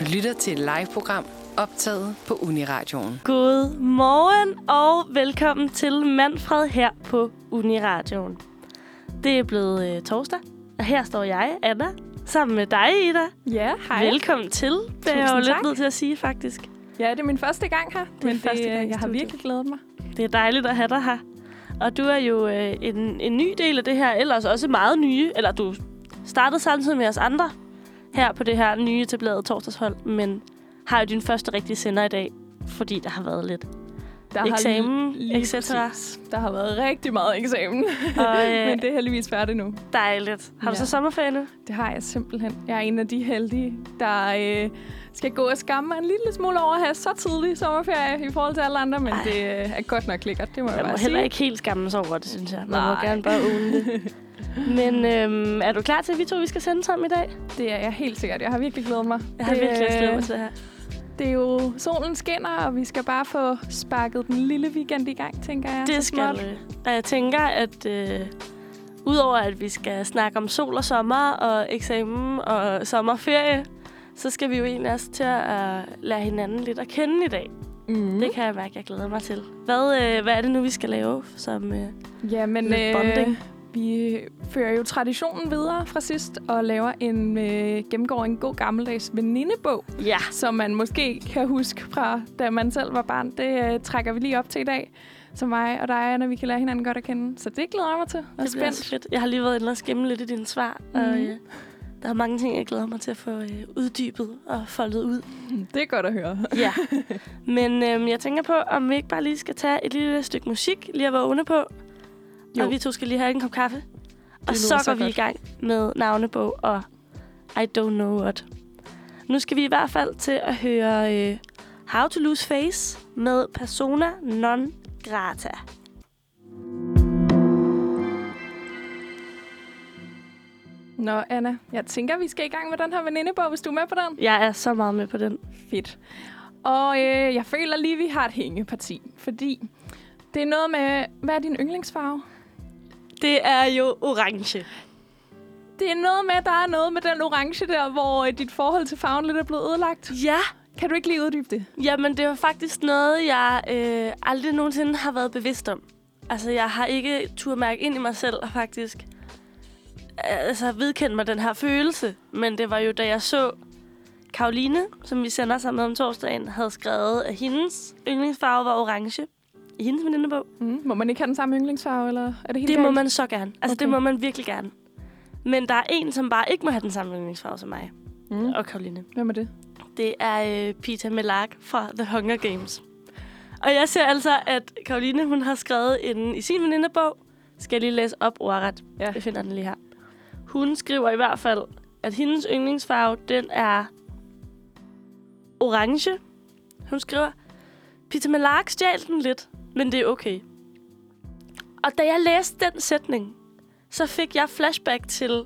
Du lytter til et live-program optaget på Uniradioen. God morgen og velkommen til Manfred her på Uniradioen. Det er blevet torsdag, og her står jeg, Anna, sammen med dig, Ida. Ja, hej. Velkommen til. Det er jeg jo lidt nødt til at sige, faktisk. Ja, det er min første gang her, men jeg har virkelig glædet mig. Det er dejligt at have dig her. Og du er jo en ny del af det her, ellers også meget nye. Eller du startede samtidig med os andre her på det her nye etablerede torsdagshold, men har jo din første rigtige sender i dag, fordi der har været lidt eksamen, etc. Der har været rigtig meget eksamen, og, men det er heldigvis færdigt nu. Dejligt. Har du så sommerferie nu? Det har jeg simpelthen. Jeg er en af de heldige, der skal gå og skamme mig en lille smule over at have så tidlig sommerferie i forhold til alle andre, men det er godt nok lækkert, det må jeg bare sige. Man må heller ikke helt skamme sig over det, synes jeg. Man må gerne bare åbne det. Men er du klar til, at vi skal sende sammen i dag? Det er jeg helt sikkert. Jeg har virkelig glædet mig. Jeg har virkelig glædet mig til det her. Det er jo solen skinner, og vi skal bare få sparket den lille weekend i gang, tænker jeg. Det skal vi. Og jeg tænker, at udover at vi skal snakke om sol og sommer og eksamen og sommerferie, så skal vi jo egentlig også til at lære hinanden lidt at kende i dag. Mm. Det kan jeg mærke, jeg glæder mig til. Hvad er det nu, vi skal lave som bonding? Vi fører jo traditionen videre fra sidst og laver gennemgår en god gammeldags venindebog, som man måske kan huske fra, da man selv var barn. Det trækker vi lige op til i dag, så mig og dig, Anna, vi kan lære hinanden godt at kende. Så det glæder jeg mig til. Det bliver så fedt. Jeg har lige været inde og skimme lidt i dine svar, og der er mange ting, jeg glæder mig til at få uddybet og foldet ud. Det er godt at høre. Ja, men jeg tænker på, om vi ikke bare lige skal tage et lille stykke musik, lige at vågne på. Jo. Og vi to skal lige have en kop kaffe. Og så går vi i gang med navnebog og I Don't Know What. Nu skal vi i hvert fald til at høre How to Lose Face med Persona Non Grata. Nå, Anna, jeg tænker, vi skal i gang med den her venindebog, hvis du er med på den. Jeg er så meget med på den. Fedt. Og jeg føler lige, vi har et hængeparti, fordi det er noget med, hvad er din yndlingsfarve? Det er jo orange. Det er noget med, der er noget med den orange der, hvor dit forhold til farven lidt er blevet ødelagt. Ja. Kan du ikke lige uddybe det? Jamen, det var faktisk noget, jeg aldrig nogensinde har været bevidst om. Altså, jeg har ikke turde mærke ind i mig selv, og faktisk vedkendt mig den her følelse. Men det var jo, da jeg så Karoline, som vi sender sammen med om torsdagen, havde skrevet, at hendes yndlingsfarve var orange. I hendes venindebog. Må man ikke have den samme yndlingsfarve, eller er det helt Det galt? må man så gerne. Altså, okay. Det må man virkelig gerne. Men der er en, som bare ikke må have den samme yndlingsfarve som mig. Og Karoline. Hvem er det? Det er Peeta Mellark fra The Hunger Games. Og jeg ser altså, at Karoline, hun har skrevet i sin venindebog. Skal jeg lige læse op ordret? Ja. Jeg finder den lige her. Hun skriver i hvert fald, at hendes yndlingsfarve, den er orange. Hun skriver, Peeta Mellark stjal den lidt, men det er okay. Og da jeg læste den sætning, så fik jeg flashback til,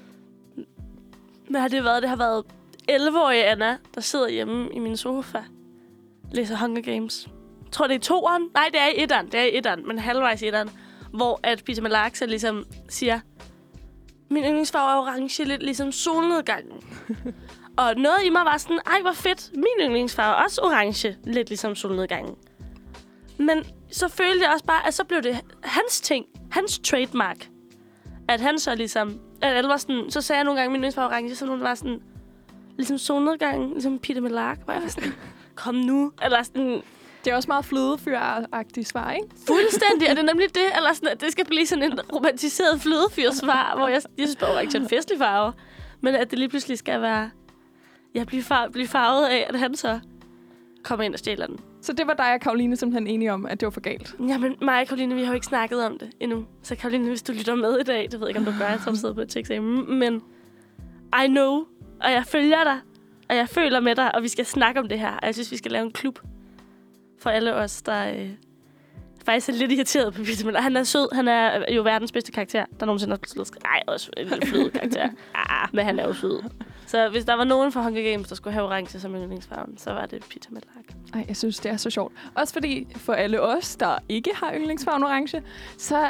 hvad har det været? Det har været 11-årige Anna, der sidder hjemme i min sofa, læser Hunger Games. Jeg tror, det er 2'eren. Nej, det er i 1'eren. Det er i 1'eren, men halvvejs i 1'eren. Hvor at Peeta Mellark så ligesom siger, min yndlingsfarve er orange, lidt ligesom solnedgangen. Og noget i mig var sådan, ej, hvor fedt. Min yndlingsfarve er også orange, lidt ligesom solnedgangen. Men så følte jeg også bare, at så blev det hans ting, hans trademark. At han så ligesom, at alle var sådan, så sagde jeg nogle gange, min yndlingsfarve er orange, så nogen var sådan, ligesom solnedgangen, ligesom Peeta Mellark, hvor jeg var sådan, kom nu. Eller sådan, det er også meget flødefyr-agtigt svar, ikke? Fuldstændig, og det er nemlig det, eller sådan, at det skal blive sådan en romantiseret flødefyrsvar, hvor jeg synes bare, orange er en festlig farve. Men at det lige pludselig skal være, jeg bliver farvet af, at han så kommer ind og stjæler den. Så det var dig og Karoline simpelthen enige om, at det var for galt? Jamen, mig og Karoline, vi har jo ikke snakket om det endnu. Så Karoline, hvis du lytter med i dag, det ved jeg ikke, om du gør, jeg tror, du sidder på et eksamen, men I know, og jeg følger dig, og jeg føler med dig, og vi skal snakke om det her. Og jeg synes, vi skal lave en klub for alle os, der faktisk er lidt irriteret på Peeta Mellark. Han er sød, han er jo verdens bedste karakter, der nogensinde har blevet skrevet. Ej, også en lille fløde karakter. Men han er jo sød. Så hvis der var nogen fra Hunger Games, der skulle have orange som yndlingsfarven, så var det Peeta Mellark. Ej, jeg synes, det er så sjovt. Også fordi for alle os, der ikke har yndlingsfarven orange, så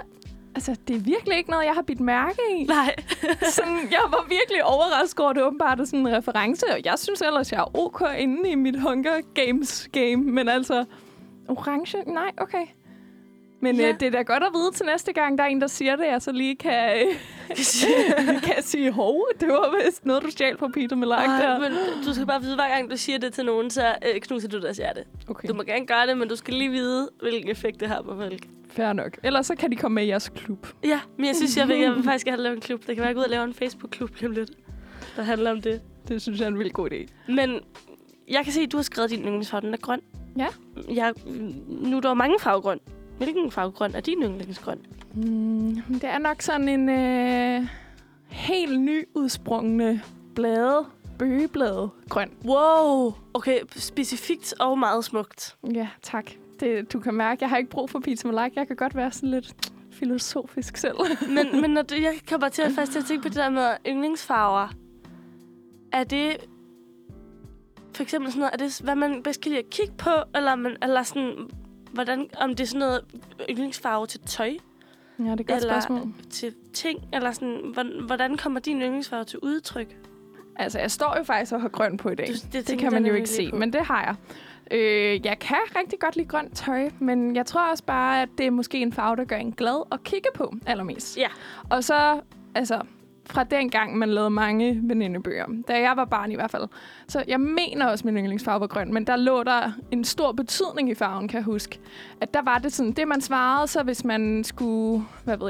Altså, det er virkelig ikke noget, jeg har bidt mærke i. Nej. Sådan, jeg var virkelig overrasket over, at det åbenbart er sådan en reference. Og jeg synes ellers, jeg er ok inde i mit Hunger Games game. Men altså, orange? Nej, okay. Men det er da godt at vide til næste gang, der er en, der siger det, jeg så lige kan sige, hov, det var vist noget, du stjal fra Peter Millark der. Men du skal bare vide, hver gang du siger det til nogen, så knuser du deres hjerte. Okay. Du må gerne gøre det, men du skal lige vide, hvilken effekt det har på folk. Fair nok. Ellers så kan de komme med i jeres klub. Ja, men jeg synes, jeg vil faktisk gerne lave en klub. Det kan være, at jeg går ud og lave en Facebook-klub lidt, der handler om det. Det synes jeg er en vildt god idé. Men jeg kan se, at du har skrevet din yndlingsfarve. Den er grøn. Ja. Nu er der mange farvegrøn. Hvilken farvegrøn er din yndlingsgrøn? Det er nok sådan en helt ny udsprungne bøgeblade grøn. Wow! Okay, specifikt og meget smukt. Ja, tak. Du kan mærke, jeg har ikke brug for Peter Millark. Jeg kan godt være sådan lidt filosofisk selv. men når jeg kommer til at tænke på det der med yndlingsfarver, er det for eksempel sådan noget, er det, hvad man bedst kan lide at kigge på, eller sådan, om det er sådan noget yndlingsfarve til tøj? Ja, det er et godt spørgsmål. Til ting, eller sådan, hvordan kommer din yndlingsfarve til udtryk? Altså, jeg står jo faktisk og har grøn på i dag. Det kan man jo ikke se, men det har jeg. Jeg kan rigtig godt lide grønt tøj, men jeg tror også bare, at det er måske en farve, der gør en glad at kigge på allermest. Ja. Og så, altså, fra den gang, man lavede mange venindebøger, da jeg var barn i hvert fald, så jeg mener også, at min yndlingsfarve var grøn, men der lå der en stor betydning i farven, kan jeg huske. At der var det sådan, det man svarede, så hvis man skulle,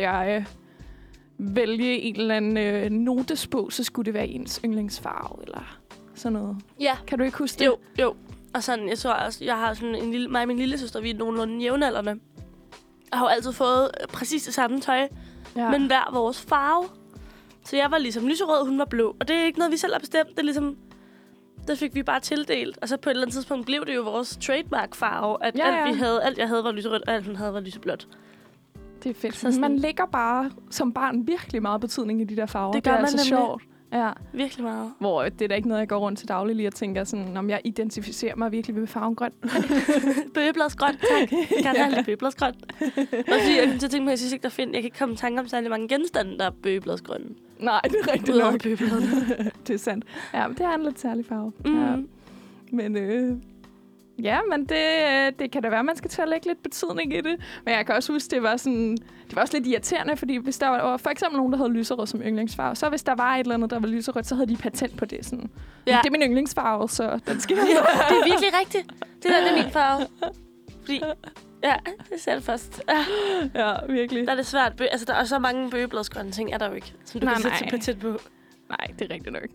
vælge en eller anden notesbog, så skulle det være ens yndlingsfarve, eller sådan noget. Ja. Kan du ikke huske det? Jo. Og sådan, jeg tror også, jeg har sådan mig og min lillesøster, vi er nogenlunde jævnaldrende. Jeg har jo altid fået præcis det samme tøj, men hver vores farve. Så jeg var ligesom lyserød, hun var blå. Og det er ikke noget, vi selv har bestemt. Det er ligesom, det fik vi bare tildelt. Og så på et eller andet tidspunkt blev det jo vores trademark-farve, at alt jeg havde var lyserødt, og alt hun havde var lyseblåt. Det er fedt. Så man lægger bare som barn virkelig meget betydning i de der farver. Det gør man altså sjovt. Ja. Virkelig meget. Hvor det er da ikke noget, jeg går rundt til daglig lige og tænker sådan, om jeg identificerer mig virkelig med farven grøn. Bøgebladsgrøn, tak. Jeg kan have lidt bøgebladsgrøn. Og fordi jeg kan tænke mig, at jeg synes ikke, jeg kan ikke komme i tanke om særlig mange genstande, der er bøgebladsgrønne. Nej, det er rigtigt nok. Det er sandt. Ja, men det er en lidt særlig farve. Ja. Men men det kan da være, man skal til at lægge lidt betydning i det. Men jeg kan også huske, det var også lidt irriterende, fordi hvis der var for eksempel nogen, der havde lyserød som yndlingsfarve, så hvis der var et eller andet, der var lyserødt, så havde de patent på det. Sådan. Ja. Det er min yndlingsfarve, så den skal det er virkelig rigtigt. Det er min farve. Fordi, det ser det først. Ja, virkelig. Der er det svært. Altså, der er så mange bøgebladsgrønne ting, er der jo ikke, som du kan sætte patent på. Nej, det er rigtigt nok.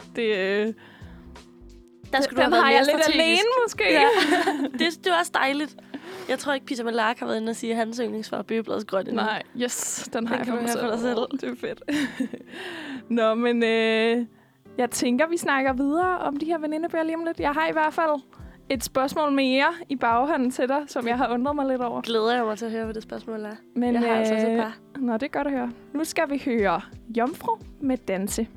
Der skulle du have har været jeg mere lidt strategisk. alene, måske. Ja. det er også dejligt. Jeg tror ikke, Peter Millark har været inde og sige, at hans yndlingsfarve er bøgebladsgrøn endnu. Nej, yes, den har jeg for mig selv. Det er fedt. Nå, men jeg tænker, vi snakker videre om de her venindebøger lige om lidt. Jeg har i hvert fald et spørgsmål mere i baghånden til dig, som jeg har undret mig lidt over. Glæder jeg mig til at høre, hvad det spørgsmål er. Men, jeg har altså også et par. Nå, det er godt at høre. Nu skal vi høre Jomfru med Danse.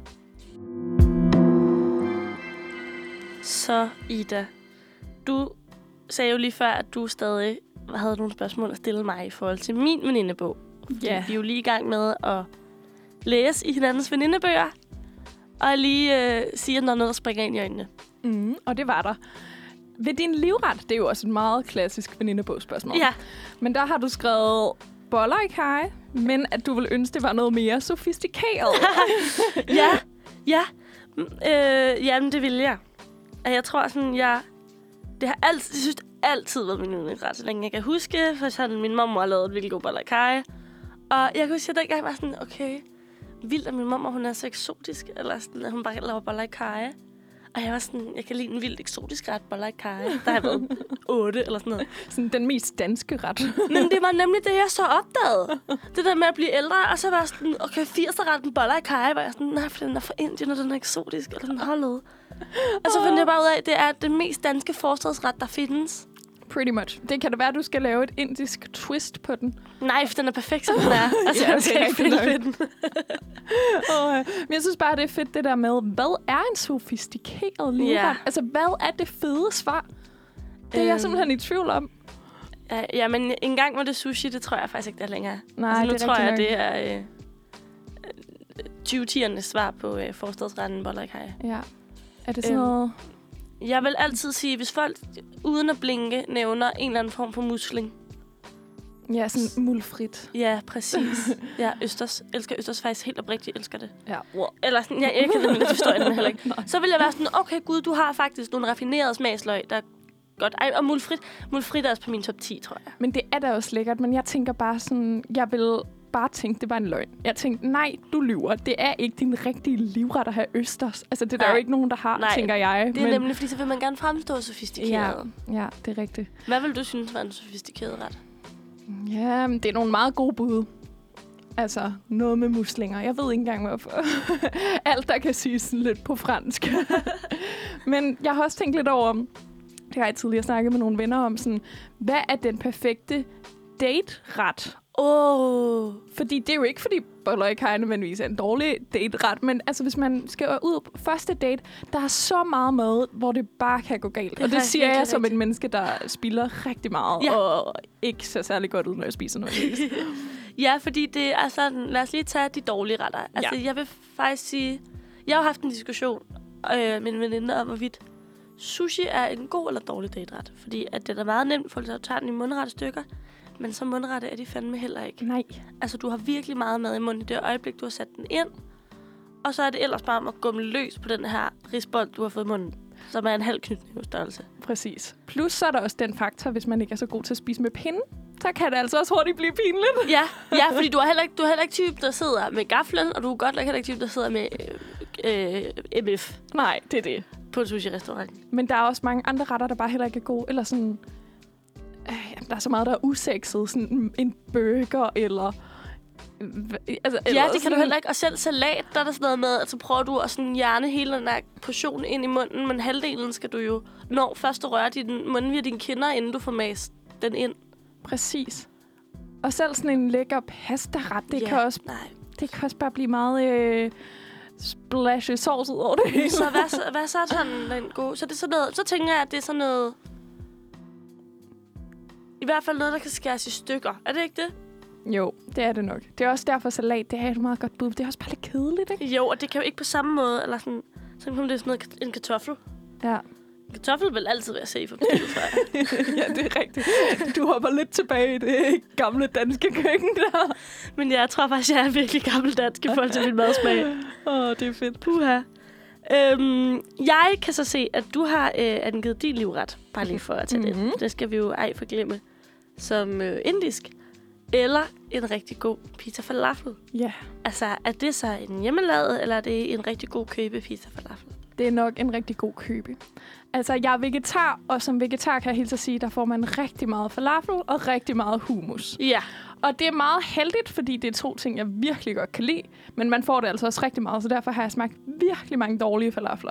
Så Ida, du sagde jo lige før, at du stadig havde nogle spørgsmål at stille mig i forhold til min venindebog. Ja. Vi er jo lige i gang med at læse i hinandens venindebøger, og lige sige, at der er noget, der springer ind i øjnene. Og det var der. Ved din livret, det er jo også et meget klassisk venindebogsspørgsmål. Ja. Men der har du skrevet boller i kaj, men at du ville ønske, det var noget mere sofistikeret. Ja. Jamen, det vil jeg. Jeg tror sådan, jeg synes altid været min yndlingsret, så længe jeg kan huske. For eksempel, min mormor har lavet et virkelig god boller i kaj. Og jeg kan huske, at jeg dengang var sådan, okay, vildt, at min mormor, hun er så eksotisk. Eller sådan, at hun bare laver boller i kaj. Og jeg var sådan, jeg kan lide en vildt eksotisk ret, boller i kaj. Der har jeg været 8 eller sådan noget. Sådan den mest danske ret. Men det var nemlig det, jeg så opdagede. Det der med at blive ældre, og så var jeg sådan, okay, 80'er-retten boller i kaj. Var jeg sådan, nej, for den er fra Indien, og den er eksotisk, eller den holdet. Og så fandt jeg bare ud af, at det er det mest danske forstadsret, der findes. Pretty much. Det kan da være, at du skal lave et indisk twist på den. Nej, for den er perfekt, som den er. Altså, jeg skal ikke finde den. Men jeg synes bare, det er fedt det der med, hvad er en sofistikeret livret? Altså, hvad er det fede svar? Det er jeg simpelthen i tvivl om. Ja, men engang var det sushi, det tror jeg faktisk ikke, der er længere. Nej, altså, nu det er tror jeg, nok. det er 2010'ernes svar på forstadsretten boller i kaj. Ja. Er det sådan noget... Jeg vil altid sige, hvis folk uden at blinke nævner en eller anden form for musling. Ja, sådan mulfrit. Ja, præcis. Ja, østers. Elsker østers faktisk helt oprigtigt. Elsker det. Ja. Eller sådan, jeg kan nemlig forstå det heller ikke. Så vil jeg være sådan, okay gud, du har faktisk nogle raffinerede smagsløg, der er godt. Ej, og mulfrit er også på min top 10, tror jeg. Men det er da også lækkert, men jeg tænker bare sådan, jeg vil bare tænke, det var en løgn. Jeg tænkte, nej, du lyver. Det er ikke din rigtige livret at have østers. Altså, det er der jo ikke nogen, der har, tænker jeg. Det er nemlig, fordi så vil man gerne fremstå sofistikeret. Ja, det er rigtigt. Hvad vil du synes var en sofistikeret ret? Ja, men det er nogle meget gode bud. Altså, noget med muslinger. Jeg ved ikke engang, hvorfor. Alt, der kan siges sådan lidt på fransk. Men jeg har også tænkt lidt over, det har jeg tidligere snakket med nogle venner om, sådan, hvad er den perfekte date-ret? Fordi det er jo ikke, fordi boller i kaj nødvendigvis er en dårlig date-ret, men altså, hvis man skal ud på første date, der er så meget mad, hvor det bare kan gå galt. Og det siger jeg som et menneske, der spilder rigtig meget, og ikke ser særlig godt ud, når jeg spiser noget. Ja, fordi det er sådan, lad os lige tage de dårlige retter. Altså, jeg vil faktisk sige, jeg har haft en diskussion med en veninde om, hvorvidt sushi er en god eller dårlig date-ret. Fordi at det er meget nemt, for at tage den i mundrette stykker, men så mundrette er de fandme heller ikke. Nej. Altså, du har virkelig meget mad i munden i det øjeblik, du har sat den ind. Og så er det ellers bare om at gumme løs på den her risbold, du har fået i munden, som er en halv knytnævestørrelse. Præcis. Plus så er der også den faktor, hvis man ikke er så god til at spise med pinde, så kan det altså også hurtigt blive pinligt. Ja, fordi du er heller ikke type, der sidder med gaflen, og du er godt nok heller ikke type, der sidder med MF. Nej, det er det. På en sushi-restaurant. Men der er også mange andre retter, der bare heller ikke er gode. Eller sådan... der er så meget, der er usekset. Sådan en burger, eller... Altså, ja, det kan du heller ikke. Og selv salat, der er der sådan noget med, at så prøver du at sådan hjerne hele den der portion ind i munden, men halvdelen skal du jo nå først at røre din mund via dine kinder, inden du får mast den ind. Præcis. Og selv sådan en lækker pasta-ret, det kan også bare blive meget splashy sauce ud over det hele. Så hvad så er sådan en god... Så det er sådan noget, så tænker jeg, at det er sådan noget... I hvert fald noget, der kan skæres i stykker. Er det ikke det? Jo, det er det nok. Det er også derfor salat, det er et meget godt bud. Det er også bare lidt kedeligt, ikke? Jo, og det kan jo ikke på samme måde, eller sådan... Så kan det sådan noget, en kartoffel. Ja. En kartoffel vil altid være safe for bestilt, tror jeg. Ja, det er rigtigt. Du hopper lidt tilbage i det gamle danske køkken der. Men jeg tror faktisk, jeg er virkelig gammeldansk i forhold til min madsmag. Det er fedt. Puha. Jeg kan så se, at du har angivet din livret. Bare lige for at tage det. Det skal vi jo ej forglemme. Som indisk. Eller en rigtig god pizza falafel. Ja. Altså, er det så en hjemmelavet, eller er det en rigtig god købe pizza falafel? Det er nok en rigtig god købe. Altså, jeg er vegetar, og som vegetar kan jeg helt så sige, der får man rigtig meget falafel og rigtig meget hummus. Ja. Og det er meget heldigt, fordi det er 2 ting, jeg virkelig godt kan lide. Men man får det altså også rigtig meget, så derfor har jeg smagt virkelig mange dårlige falafler.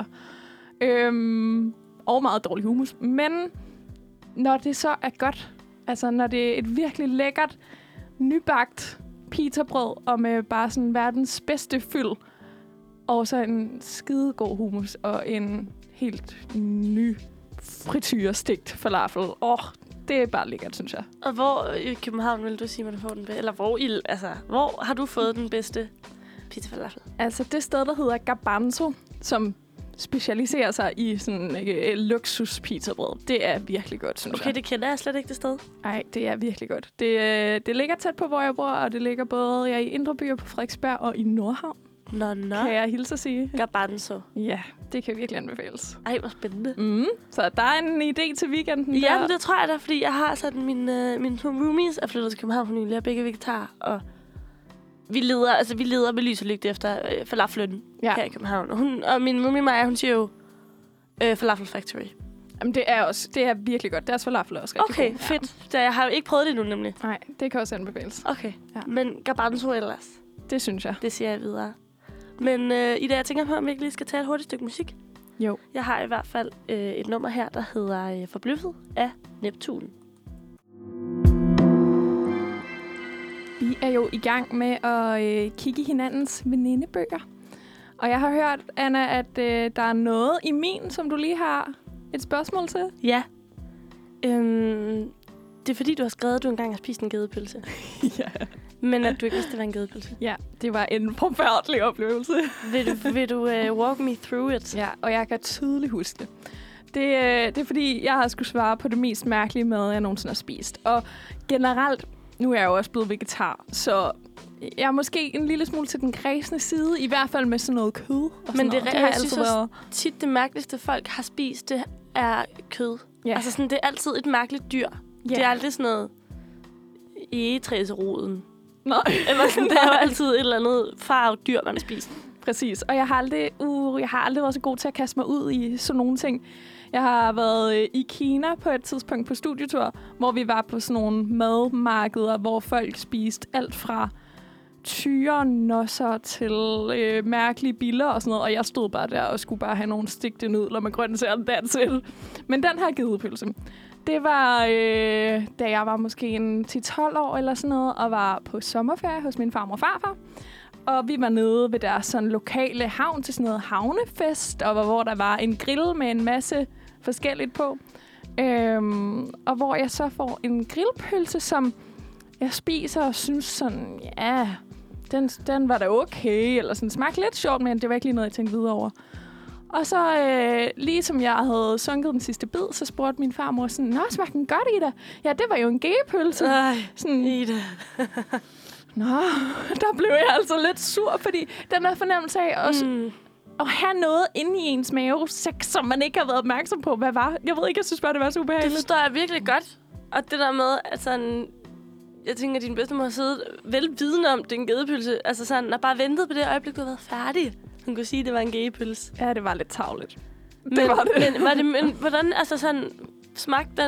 Og meget dårlig hummus. Men når det så er godt, altså når det er et virkelig lækkert, nybagt pizzabrød, og med bare sådan verdens bedste fyld, og så en skidegod hummus, og en helt ny frityrestegt falafel. Det er bare lækkert, synes jeg. Og hvor i København vil du sige, man får den bedste? Eller hvor har du fået den bedste pizza falafel? Altså det sted, der hedder Garbanzo, som specialiserer sig i sådan luksus pizzabrød. Det er virkelig godt, synes jeg. Okay, det kender jeg slet ikke, det sted. Nej, det er virkelig godt. Det ligger tæt på, hvor jeg bor, og det ligger både i Indre By og på Frederiksberg og i Nordhavn. Nå. Kan jeg hilse at sige. Garbanzo. Ja, det kan virkelig anbefales. Ej, hvor spændende. Så der er en idé til weekenden. Ja, men det tror jeg da, fordi jeg har sådan mine 2 roomies er flyttet til København for nylig, og begge vegetarer, og vi leder med lys og lygte efter falaflen her i København. Og min roomie Maja, hun siger jo Falafel Factory. Jamen, det er virkelig godt. Deres falafel er også rigtig god. Okay, fedt. Ja. Jeg har ikke prøvet det endnu, nemlig. Nej, det kan også anbefales. Okay, men Garbanzo ellers? Det synes jeg. Det siger jeg videre. Men Ida, jeg tænker på, om vi ikke lige skal tage et hurtigt stykke musik. Jo. Jeg har i hvert fald et nummer her, der hedder Forbløffet af Neptun. Vi er jo i gang med at kigge i hinandens venindebøger. Og jeg har hørt, Anna, at der er noget i min, som du lige har et spørgsmål til. Ja. Det er fordi, du har skrevet, at du engang har spist en gedepølse. Ja. Men at du ikke vidste, det var en gedepølse. Ja, det var en forfærdelig oplevelse. Vil du walk me through it? Ja, og jeg kan tydeligt huske det. Det er fordi, jeg har skulle svare på det mest mærkelige mad, jeg nogensinde har spist. Og generelt, nu er jeg jo også blevet vegetar, så jeg er måske en lille smule til den kredsende side, i hvert fald med sådan noget kød. Og men det har jeg synes også tit det mærkeligste, folk har spist, det er kød. Ja. Altså sådan, det er altid et mærkeligt dyr. Ja. Det er aldrig sådan noget egetræsroden. Nej. Eller sådan, det er jo altid et eller andet farvet dyr, man har spist. Præcis. Og jeg har aldrig været så god til at kaste mig ud i sådan nogle ting. Jeg har været i Kina på et tidspunkt på studietur, hvor vi var på sådan nogle madmarkeder, hvor folk spiste alt fra tyrenosser til mærkelige biller og sådan noget. Og jeg stod bare der og skulle bare have nogle stigte nudler med grøntsager dertil. Men den her gedepølse, det var, da jeg var måske en 10-12 år eller sådan noget, og var på sommerferie hos min farmor og farfar. Og vi var nede ved deres sådan lokale havn til sådan noget havnefest, og hvor der var en grill med en masse forskelligt på. Og hvor jeg så får en grillpølse, som jeg spiser og synes sådan, ja, den var da okay, eller sådan smagte lidt sjovt, men det var ikke lige noget, jeg tænkte videre over. Og så, lige som jeg havde sunket den sidste bid, så spurgte min farmor sådan, nå, smagte den godt, Ida? Ja, det var jo en gegepølse. Sådan, Ida. Nå, der blev jeg altså lidt sur, fordi den der fornemmelse af at have noget inde i ens mave, som man ikke har været opmærksom på, hvad var. Jeg ved ikke, jeg synes bare, det var super ubehageligt. Det forstår jeg virkelig godt. Og det der med, at sådan, jeg tænker, at din bedstemor har siddet velvidende om den gedepølse, altså sådan, og bare ventet på det øjeblik, du har været færdig. Hun kunne sige, at det var en gegepølse. Ja, det var lidt tarveligt. Det var det. Men hvordan, altså sådan, smagte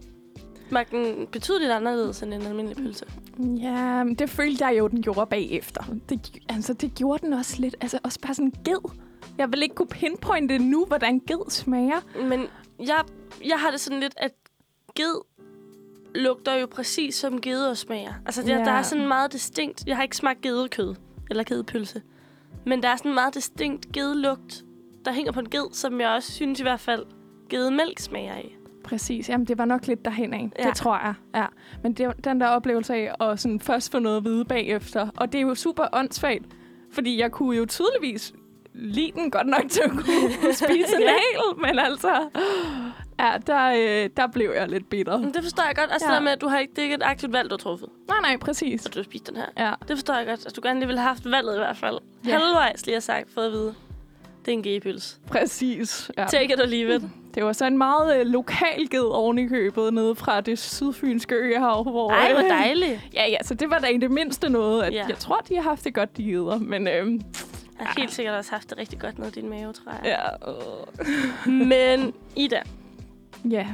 den betydeligt anderledes end en almindelig pølse? Ja, det følte jeg jo, den gjorde bagefter. Det gjorde den også lidt. Altså også bare sådan ged. Jeg vil ikke kunne pinpointe nu, hvordan ged smager. Men jeg har det sådan lidt, at ged lugter jo præcis som geder smager. Altså der er sådan meget distinkt. Jeg har ikke smagt gedekød eller gedepølse. Men der er sådan en meget distinkt gedelugt, der hænger på en ged, som jeg også synes i hvert fald gedemælk smager af. Præcis. Jamen, det var nok lidt derhen af. Ja. Det tror jeg. Ja. Men den der oplevelse af at sådan først få noget at vide bagefter. Og det er jo super åndssvagt. Fordi jeg kunne jo tydeligvis lide den godt nok til at kunne spise en hel. Men altså, ja, der blev jeg lidt bitter. Men det forstår jeg godt. Altså der med, at det er ikke et aktivt valg, du har truffet. Nej, præcis. Og du har spist den her. Ja. Det forstår jeg godt. Altså, du gerne lige ville have haft valget i hvert fald. Ja. Halvvejs lige har sagt, fået at vide. Det er en gegepølse. Præcis. Ja. Take it or leave it. Det var så en meget lokal ged oven i købet nede fra det sydfynske øhav. Hvor, ej, hvor dejligt. Ja, så det var da i det mindste noget. At jeg tror, de har haft det godt, de geder. Men jeg har helt sikkert også haft det rigtig godt nede i din mave, tror jeg. Ja. Men Ida. Ja.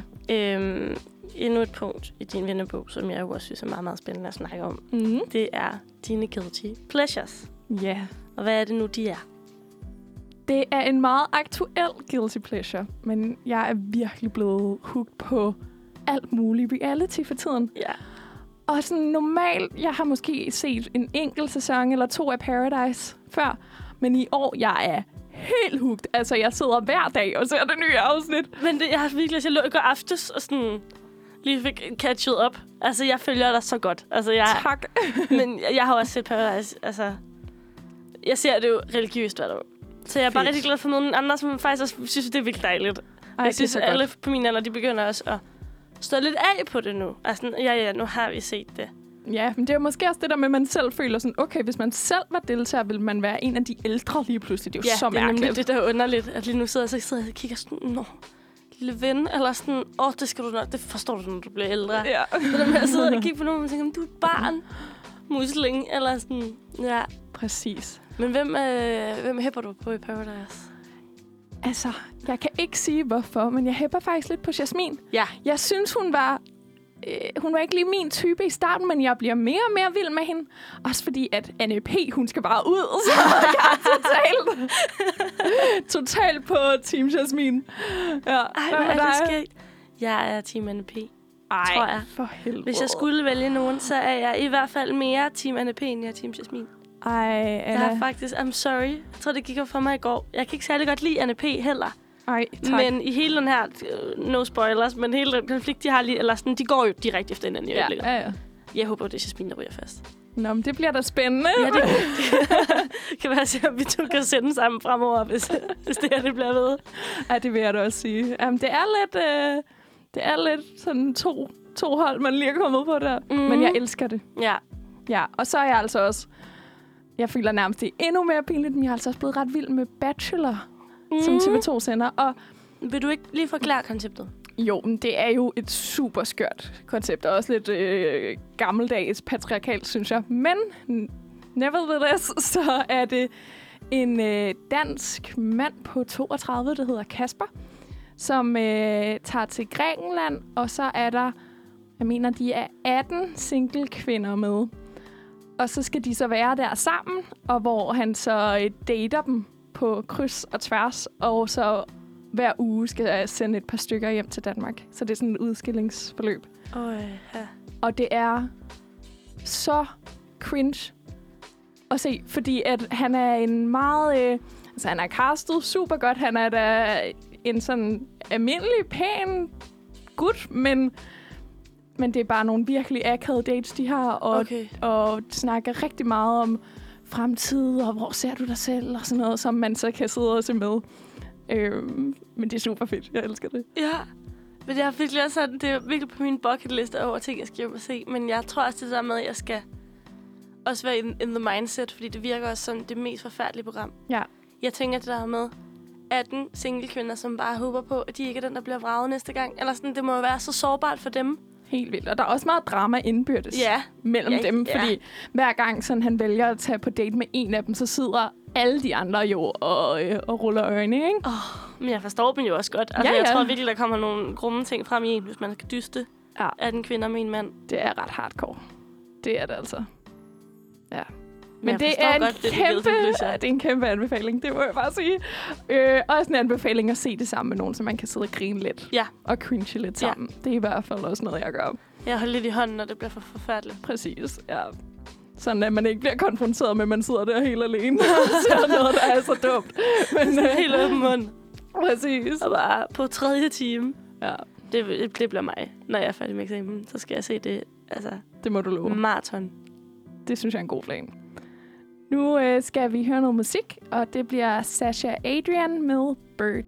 Endnu et punkt i din vennebog, som jeg jo også synes er meget, meget spændende at snakke om. Det er dine guilty pleasures. Ja. Og hvad er det nu, de er? Det er en meget aktuel guilty pleasure, men jeg er virkelig blevet hooked på alt muligt reality for tiden. Ja. Og sådan normalt, jeg har måske set en enkelt sæson eller 2 af Paradise før, men i år, jeg er helt hooked. Altså, jeg sidder hver dag og ser det nye afsnit. Men jeg har virkelig, jeg lå i går aftes og sådan lige fik catchet op. Altså, jeg følger dig så godt. Altså, tak. Men jeg har også set Paradise. Altså, jeg ser det jo religiøst hvert år. Så jeg er bare rigtig glad for nogle andre, som faktisk også synes, det er virkelig dejligt. Jeg synes, at alle på min alder, de begynder også at stå lidt af på det nu. Altså, ja, nu har vi set det. Ja, men det er jo måske også det der med, at man selv føler sådan, okay, hvis man selv var deltager, vil man være en af de ældre lige pludselig. Det er jo så mærkeligt. Ja, det der er underligt, at lige nu sidder jeg og kigger sådan, lille ven, eller sådan, det skal du nok, det forstår du, når du bliver ældre. Ja. Så der med at sidde og kigge på nogen, og tænker, du er et barn, musling, eller sådan, ja. Præcis. Men hvem hæpper du på i Paradise? Altså, jeg kan ikke sige hvorfor, men jeg hæpper faktisk lidt på Jasmin. Ja. Jeg synes, hun var ikke lige min type i starten, men jeg bliver mere og mere vild med hende. Også fordi, at Anne P., hun skal bare ud, så jeg er totalt på Team Jasmin. Ja. Ej, hvad er det skægt? Jeg er Team Anne P., tror jeg. For helvede. Hvis jeg skulle vælge nogen, så er jeg i hvert fald mere Team Anne P., end jeg er Team Jasmin. Ej, Anna. Jeg er faktisk, I'm sorry. Jeg tror, det gik op for mig i går. Jeg kan ikke særlig godt lide Anne P. heller. Ej, tak. Men i hele den her, no spoilers, men hele den konflikt, de har lige, eller sådan, de går jo direkte efter hinanden i øjeblikket. Ja. Jeg håber, det er Jasmine, der ryger fast. Nå, men det bliver da spændende. Ja, det kan være, at vi to kan sende sammen fremover, hvis det her det bliver ved. Ja, det vil jeg da også sige. Det er lidt sådan to hold, man lige er kommet på der. Men jeg elsker det. Ja. Ja, og så er jeg altså også... Jeg føler nærmest, det er endnu mere pinligt, men jeg er altså også blevet ret vild med Bachelor, som TV2 sender. Og vil du ikke lige forklare konceptet? jo, men det er jo et super skørt koncept, og også lidt gammeldags patriarkalt, synes jeg. Men nevertheless, så er det en dansk mand på 32, der hedder Kasper, som tager til Grækenland, og så er der, jeg mener, de er 18 single kvinder med. Og så skal de så være der sammen, og hvor han så dater dem på kryds og tværs, og så hver uge skal jeg sende et par stykker hjem til Danmark. Så det er sådan et udskillingsforløb. Ja. Og det er så cringe at se, fordi at han er en meget... han er castet super godt. Han er da en sådan almindelig, pæn gut, men det er bare nogle virkelig akavede dates, de har, og snakker rigtig meget om fremtid, og hvor ser du dig selv, og sådan noget, som man så kan sidde og se med. Men det er super fedt. Jeg elsker det. Ja, men det er virkelig også sådan, det er virkelig på min bucket liste over ting, jeg skal hjem og se. Men jeg tror også, det der med, at jeg skal også være in the mindset, fordi det virker også som det mest forfærdelige program. Ja. Jeg tænker det der med 18 single kvinder, som bare håber på, at de ikke er den, der bliver vraget næste gang. Eller sådan, det må jo være så sårbart for dem. Helt vildt. Og der er også meget drama indbyrdes mellem dem, fordi hver gang sådan, han vælger at tage på date med en af dem, så sidder alle de andre jo og ruller øjne, ikke? Men jeg forstår dem jo også godt. Altså, jeg tror virkelig, der kommer nogle grumme ting frem i en, hvis man skal dyste 18 kvinder med en mand. Det er ret hardcore. Det er det altså. Ja. Men det er det er en kæmpe anbefaling, det må jeg bare sige. Også en anbefaling at se det sammen med nogen, så man kan sidde og grine lidt. Ja. Og cringe lidt sammen. Det er i hvert fald også noget, jeg gør. Jeg holder lidt i hånden, når det bliver for forfærdeligt. Præcis, ja. Sådan at man ikke bliver konfronteret med, at man sidder der helt alene. Så er noget, der er så dumt. Men, helt åben mund. Præcis. Og bare på 3. time. Ja. Det bliver mig, når jeg er færdig med eksamen. Så skal jeg se det, altså... Det må du love. Marathon. Det synes jeg er en god plan. Nu skal vi høre noget musik, og det bliver Sasha Adrian med Bird.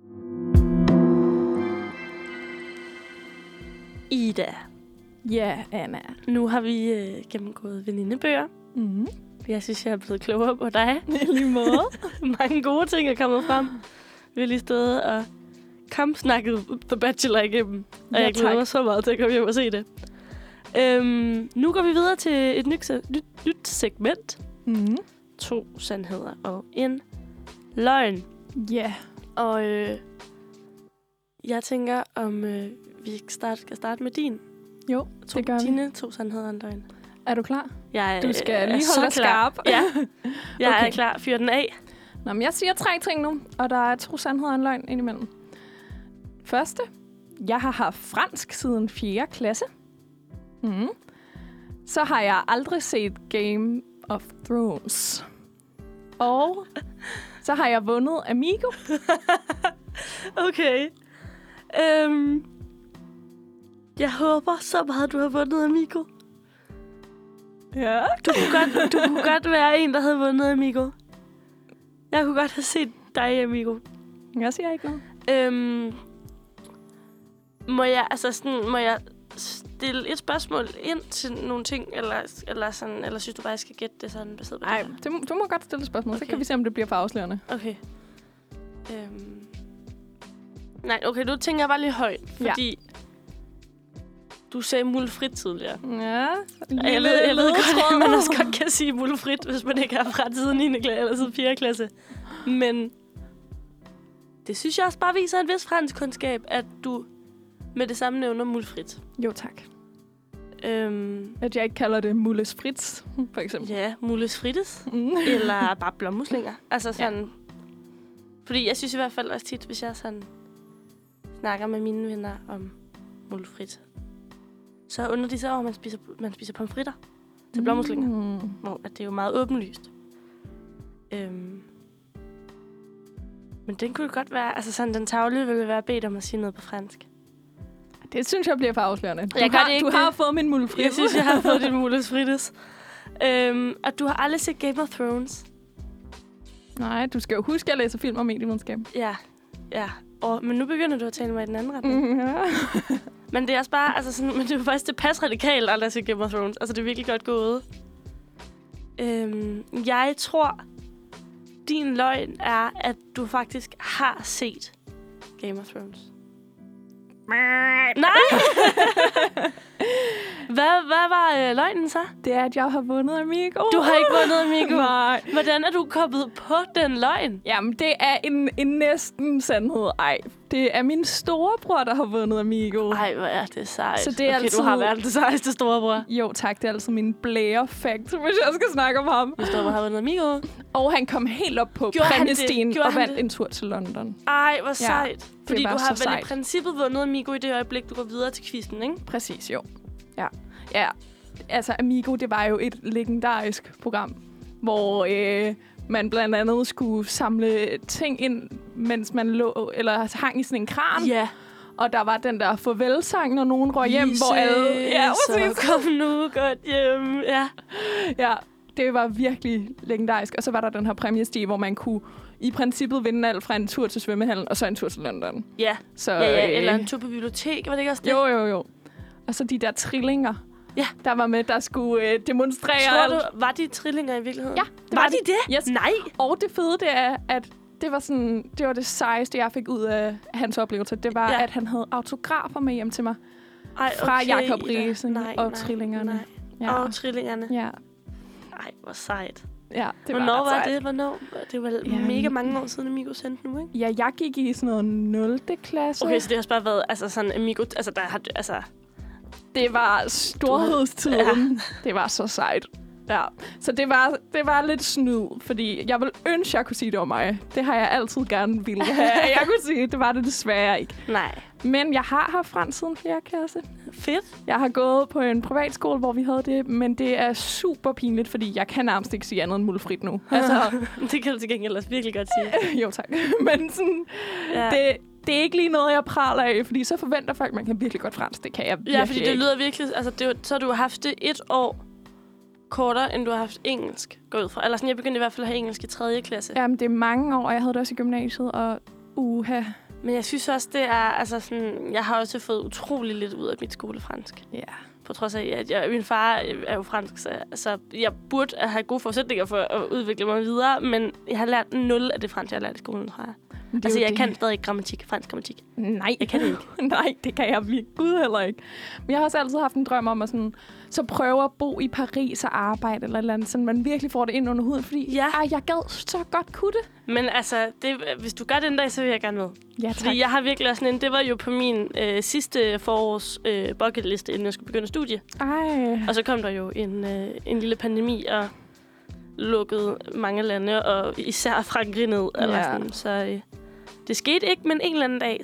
Ida. Ja, Anna. Nu har vi gennemgået venindebøger. Mm. Jeg synes, jeg er blevet klogere på dig. I lige måde. Mange gode ting er kommet frem. Vi har lige stået og kampsnakket The Bachelor igennem. Og jeg glæder mig så meget til at komme hjem og se det. Nu går vi videre til et nyt segment. Mm. 2 sandheder og en løgn. Ja. Yeah. Og jeg tænker, om vi skal starte med din. Jo, det gør dine 2 sandheder og en løgn. Er du klar? Du skal lige holde dig skarp. Ja, jeg er klar. Fyr den af. Nå, men jeg siger 3 ting nu, og der er 2 sandheder og en løgn indimellem. Første. Jeg har haft fransk siden 4. klasse. Mm. Så har jeg aldrig set Game of Thrones. Og så har jeg vundet Amigo. Okay. Jeg håber så meget, du har vundet Amigo. Ja. Du kunne godt være en, der havde vundet Amigo. Jeg kunne godt have set dig, Amigo. Jeg siger ikke noget. Må jeg stille et spørgsmål ind til nogle ting, eller synes du bare, jeg skal gætte det sådan baseret på Nej, du må godt stille et spørgsmål, okay. Så kan vi se, om det bliver for afslørende. Okay. Nej, okay, nu tænker jeg bare lige højt, fordi du sagde mulefrit tidligere. Ja. Jeg ved godt, at man også godt kan sige mulefrit, hvis man ikke er fra siden 9. klasse eller siden 4. klasse. Men det synes jeg også bare viser en vis fransk kundskab, at du med det samme nævner mulefrit. Jo, tak. At jeg ikke kalder det mules frits, for eksempel. Ja, mules frites. Eller bare blommuslinger. Altså sådan... Ja. Fordi jeg synes i hvert fald også tit, hvis jeg sådan snakker med mine venner om mulefrit, så undrer de sig over, at man spiser pomfritter til blommuslinger. Hvor at det er jo meget åbenlyst. Men den kunne godt være... Altså sådan, den tavle ville være bedt om at sige noget på fransk. Det synes jeg bliver for afslørende. Du har fået min mulle frites. Jeg synes, jeg har fået din mulle frites. Og du har aldrig set Game of Thrones? Nej, du skal jo huske, at jeg læser film om medievidenskab. Ja. Men nu begynder du at tale mig i den anden retning. Ja. Men det er også bare... Altså sådan, men det er jo faktisk det pas radikalt aldrig at se Game of Thrones. Altså, det er virkelig godt gået. Jeg tror, din løgn er, at du faktisk har set Game of Thrones. Nej! Hvad var løgnen så? Det er, at jeg har vundet Amigo. Du har ikke vundet Amigo? Nej. Hvordan er du kommet på den løgn? Jamen, det er en næsten sandhed. Ej, det er min storebror, der har vundet Amigo. Ej, hvor er det sejt. Så det er okay, altid... du har været den sejeste storebror. Jo, tak. Det er altså min blære-fact, hvis jeg skal snakke om ham. Min storebror har vundet Amigo. Og han kom helt op på præmiestien og vandt en tur til London. Ej, hvor sejt. Fordi du har vel i princippet vundet Amigo i det øjeblik, du går videre til quizzen, ikke? Præcis, jo. Ja. Altså, Amigo, det var jo et legendarisk program, hvor man blandt andet skulle samle ting ind, mens man lå, eller hang i sådan en kran. Ja. Og der var den der farvelsang, når nogen røg hjem, hvor alle... Ja, så kom nu godt hjem. Ja, det var virkelig legendarisk. Og så var der den her præmiestige, hvor man kunne i princippet vinde alt fra en tur til svømmehallen, og så en tur til London. Ja, så, eller en tur på bibliotek, var det ikke også det? Jo. Og så de der trillinger, ja, der var med, der skulle demonstrere alt. Tror du, var de trillinger i virkeligheden? Ja. Var de det? Yes. Nej. Og det fede, det er, at det var det sejeste, jeg fik ud af hans oplevelse. Det var, at han havde autografer med hjem til mig. Fra Jakob Riesen og trillingerne. Ja. Og trillingerne. Ja. Ej, hvor sejt. Ja, det Hvornår var det? Det var mega mange år siden, Amigo sendte nu, ikke? Ja, jeg gik i sådan noget 0. klasse. Okay, så det har bare været sådan Amigo... Altså, der har... Altså... Det var storhedstiden. Ja. Det var så sejt. Ja, så det var lidt snyd, fordi jeg ville ønske, jeg kunne sige, det var mig. Det har jeg altid gerne ville have. Jeg kunne sige, det var det desværre ikke. Nej. Men jeg har haft fransk siden 4. klasse. Fedt. Jeg har gået på en privatskole, hvor vi havde det, men det er super pinligt, fordi jeg kan nærmest ikke sige andet end muldfrit nu. Altså, det kan du til gengæld også virkelig godt sige. Jo, tak. Men sådan, det er ikke lige noget, jeg praler af, fordi så forventer folk, at man kan virkelig godt fransk. Det kan jeg virkelig. Ja, fordi det lyder virkelig... Altså, så har du haft det 1 år kortere, end du har haft engelsk gået fra. Eller sådan, jeg begyndte i hvert fald at have engelsk i 3. klasse. Jamen, det er mange år, og jeg havde det også i gymnasiet, og Men jeg synes også, det er... Altså sådan, jeg har også fået utrolig lidt ud af mit skolefransk. Ja. På trods af, at min far er jo fransk, så jeg burde have gode forudsætninger for at udvikle mig videre, men jeg har lært 0 af det fransk, jeg har lært i skolen, tror jeg. Altså, jeg kan stadig ikke fransk grammatik. Nej. Jeg kan det ikke. Nej, det kan jeg virkelig Gud heller ikke. Men jeg har også altid haft en drøm om at så prøve at bo i Paris og arbejde eller et eller andet, så man virkelig får det ind under huden, fordi jeg gad så godt kunne det. Men altså, hvis du gør den dag, så vil jeg gerne med. Ja, tak. Fordi jeg har virkelig sådan det var jo på min sidste forårs bucketliste, inden jeg skulle begynde studie. Ej. Og så kom der jo en lille pandemi og lukkede mange lande, og især Frankrig ned. Eller sådan. Så det skete ikke, men en eller anden dag,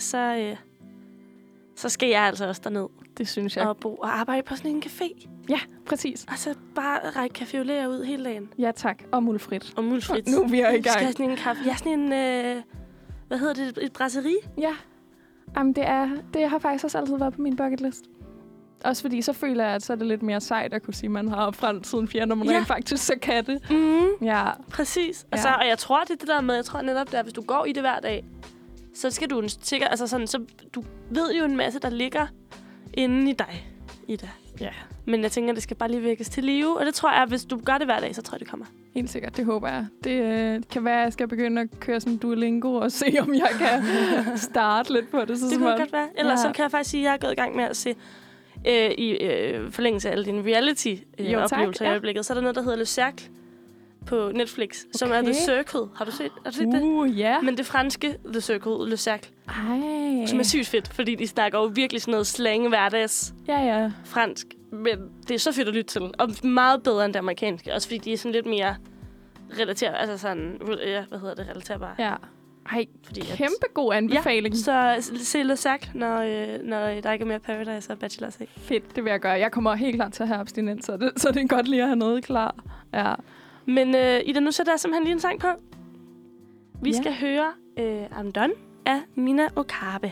så skal jeg altså også derned. Det synes jeg. Og bo og arbejde på sådan en café. Ja, præcis. Altså bare række café ud hele dagen. Ja, tak. Og muldfrit. Og muldfrit. Nu er vi i gang. Skal sådan en kaffe. Ja, sådan en... hvad hedder det? Et brasserie? Ja. Jamen, det har faktisk også altid været på min bucketlist. Også fordi, så føler jeg, at så er det lidt mere sejt at kunne sige, at man har fremtiden 4, når man rent faktisk så kan det. Mm. Ja. Præcis. Og jeg tror, det der med, jeg tror netop, det er, hvis du går i det hver dag, så skal du sikkert, altså sådan, så du ved jo en masse, der ligger inde i dig, Ida. Ja. Men jeg tænker, det skal bare lige vækkes til live, og det tror jeg, hvis du gør det hver dag, så tror jeg, det kommer. Helt sikkert, det håber jeg. Det kan være, at jeg skal begynde at køre sådan Duolingo og se, om jeg kan starte lidt på det. Det kunne godt være. Ellers så kan jeg faktisk sige, at jeg er gået i gang med at se i forlængelse af alle dine reality-oplevelser i øjeblikket. Så er der noget, der hedder Le Cercle på Netflix, som er The Circle. Har du set det? Ja. Men det franske The Circle, Le Cercle. Ej. Som er sygt fedt, fordi de snakker jo virkelig sådan noget slang hverdags fransk. Men det er så fedt at lytte til. Og meget bedre end det amerikanske. Også fordi de er sådan lidt mere relaterbare. Altså sådan, relaterbare. Ja. Ej, fordi kæmpe god anbefaling. Ja, så se Le Cercle, når der ikke er mere Paradise og Bachelor se. Fedt, det vil jeg gøre. Jeg kommer helt klart til at have abstinens, så det er godt lige at have noget klar. Ja. Men Ida, nu sætter jeg simpelthen lige en sang på. Vi skal høre I'm Done af Mina Okabe.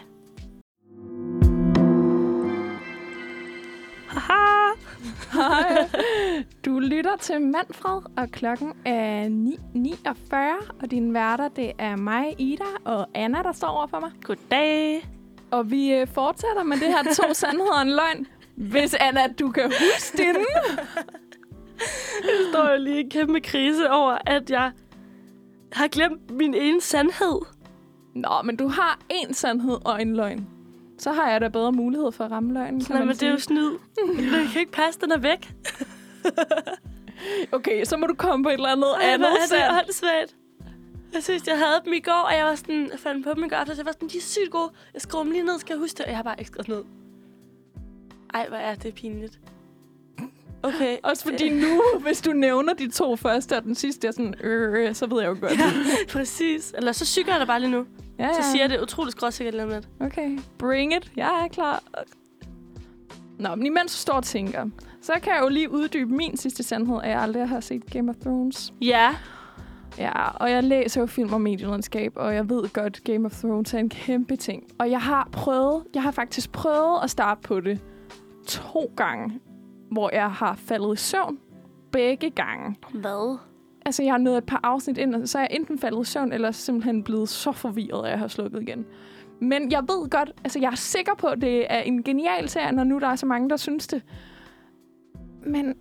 Haha! Hej. Du lytter til Manfred, og klokken er 9:49, og dine værter, det er mig, Ida, og Anna, der står over for mig. Goddag! Og vi fortsætter med det her 2 sandheder og en løgn. Hvis, Anna, du kan huske den. Jeg står jo lige i en kæmpe krise over, at jeg har glemt min ene sandhed. Nå, men du har 1 sandhed og en løgn. Så har jeg da bedre mulighed for at ramme løgnen, kan Nej, man men sige. det er jo snyd. Det kan ikke passe, den er væk. Okay, så må du komme på et eller andet Ej, andet det er åndssvagt. Jeg synes, jeg havde dem i går, og jeg var sådan, jeg fandt på dem i går, så jeg var sådan, de er sygt gode. Jeg skriver dem lige ned, skal jeg huske det? Og jeg har bare ikke skrevet ned. Ej, hvor er det pinligt. Okay. Også fordi nu, hvis du nævner de 2 første og den sidste, er sådan, så ved jeg jo godt. Ja, præcis. Eller så cykler jeg da bare lige nu. Ja. Så siger jeg det utroligt skråsikkert lige om lidt. Okay, bring it. Jeg er klar. Nå, men imens du står og tænker, så kan jeg jo lige uddybe min sidste sandhed, at jeg aldrig har set Game of Thrones. Ja. Ja, og jeg læser jo film og medievidenskab, og jeg ved godt, Game of Thrones er en kæmpe ting. Og jeg har faktisk prøvet at starte på det 2 gange, hvor jeg har faldet i søvn begge gange. Hvad? Altså, jeg har nået et par afsnit ind, og så er jeg enten faldet i søvn, eller simpelthen blevet så forvirret, at jeg har slukket igen. Men jeg ved godt, altså jeg er sikker på, at det er en genial serie, når nu der er så mange, der synes det. Men,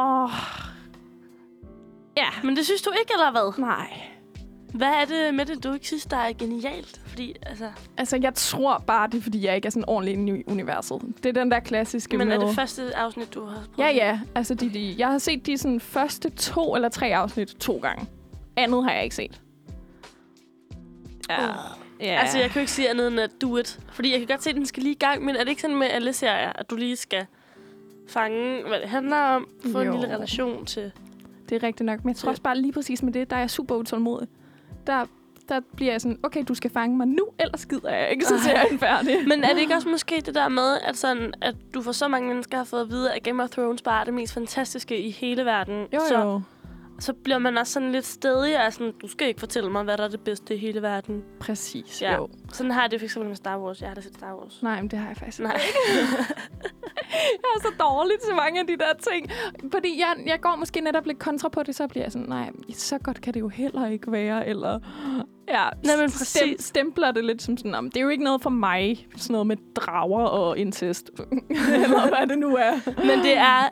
ja. Men det synes du ikke, eller hvad? Nej. Hvad er det med det, du ikke synes, der er genialt? Fordi, Altså, jeg tror bare, det er, fordi jeg ikke er sådan ordentlig inde i universet. Det er den der klassiske men med... er det første afsnit, du har prøvet? Ja. Altså, jeg har set de sådan, første 2 eller 3 afsnit 2 gange. Andet har jeg ikke set. Ja. Yeah. Altså, jeg kan jo ikke sige andet end at do it. Fordi jeg kan godt se, at den skal lige i gang, men er det ikke sådan med alle serier, at du lige skal fange, hvad det handler om, få en lille relation til... Det er rigtigt nok, men jeg tror også bare lige præcis med det, der er jeg super utålmodig. Der bliver jeg sådan, okay, du skal fange mig nu, ellers gider jeg ikke, så ser jeg en færdig. Men er det ikke også måske det der med, at du for så mange mennesker har fået at vide, at Game of Thrones bare er det mest fantastiske i hele verden? Jo. Så bliver man også sådan lidt stedig og sådan, du skal ikke fortælle mig, hvad der er det bedste i hele verden. Præcis, ja. jo. Sådan har jeg det for eksempel med Star Wars. Jeg har da set Star Wars. Nej, men det har jeg faktisk ikke. Jeg er så dårlig til mange af de der ting. Fordi jeg går måske netop lidt kontra på det, så bliver jeg sådan, nej, så godt kan det jo heller ikke være. Eller stempler det lidt som sådan, det er jo ikke noget for mig. Sådan noget med drager og incest. Eller hvad det nu er. Men det er...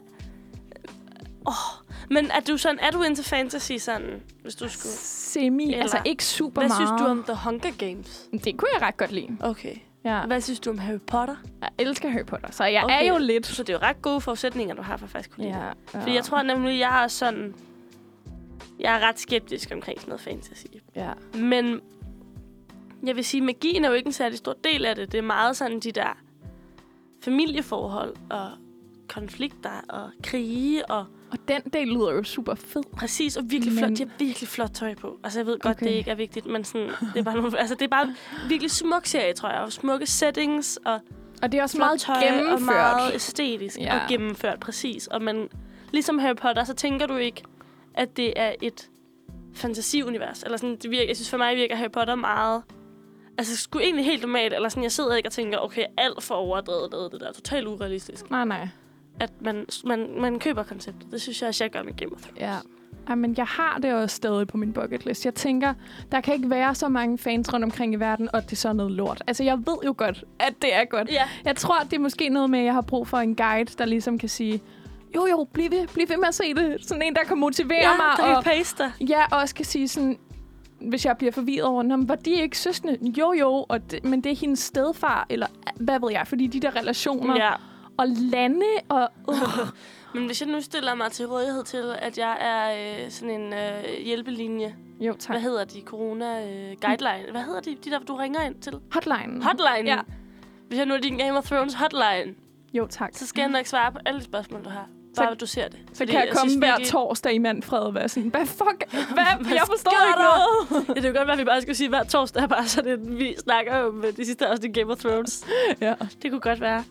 Men er du into fantasy sådan, hvis du skulle... Semi, eller, altså ikke super hvad meget. Hvad synes du om The Hunger Games? Det kunne jeg ret godt lide. Okay. Ja. Hvad synes du om Harry Potter? Jeg elsker Harry Potter, så jeg er jo lidt... Så det er jo ret gode forudsætninger, du har for faktisk kunne lide. Ja. Fordi jeg tror nemlig, jeg er sådan... Jeg er ret skeptisk omkring sådan noget fantasy. Ja. Men jeg vil sige, magien er jo ikke en særlig stor del af det. Det er meget sådan de der familieforhold og konflikter og krige og den del lyder jo super fed. Præcis, og virkelig flot. De har virkelig flot tøj på. Altså, jeg ved godt, det ikke er vigtigt, men sådan, det er bare nogle, altså, det er bare virkelig smuk serie, tror jeg. Og smukke settings, og det er også meget tøj gennemført. Og meget æstetisk og gennemført, præcis. Og man, ligesom Harry Potter, så tænker du ikke, at det er et fantasiunivers. Eller sådan, det virker, jeg synes for mig virker Harry Potter meget... Altså, sgu egentlig helt normalt. Eller sådan, jeg sidder ikke og tænker, okay, alt for overdrevet, det der er totalt urealistisk. Nej. At man køber konceptet. Det synes jeg gør med Game of Thrones. Ja. Ej, men jeg har det også stadig på min bucket list. Jeg tænker, der kan ikke være så mange fans rundt omkring i verden, og det er så noget lort. Altså, jeg ved jo godt, at det er godt. Ja. Jeg tror, det er måske noget med, at jeg har brug for en guide, der ligesom kan sige, jo, bliv ved med at se det. Sådan en, der kan motivere mig. Ja, der kan pace dig. Ja, og også kan sige sådan, hvis jeg bliver forvirret over, var de ikke søskende? Jo, men det er hendes stedfar, eller hvad ved jeg, fordi de der relationer... Ja. Og lande og... Men hvis jeg nu stiller mig til rådighed til, at jeg er sådan en hjælpelinje. Jo, tak. Hvad hedder de? Corona-guideline. Hvad hedder de der, du ringer ind til? Hotline. Ja. Hvis jeg nu er din Game of Thrones hotline. Jo, tak. Så skal jeg nok svare på alle de spørgsmål, du har. Bare du ser det. Så kan jeg komme hver torsdag i Manfred og være sådan, hvad fuck? Jeg forstår ikke noget. Ja, det er jo godt, at vi bare skal sige hver torsdag, bare så det, vi snakker om de sidste afsnit Game of Thrones. Ja. Det kunne godt være.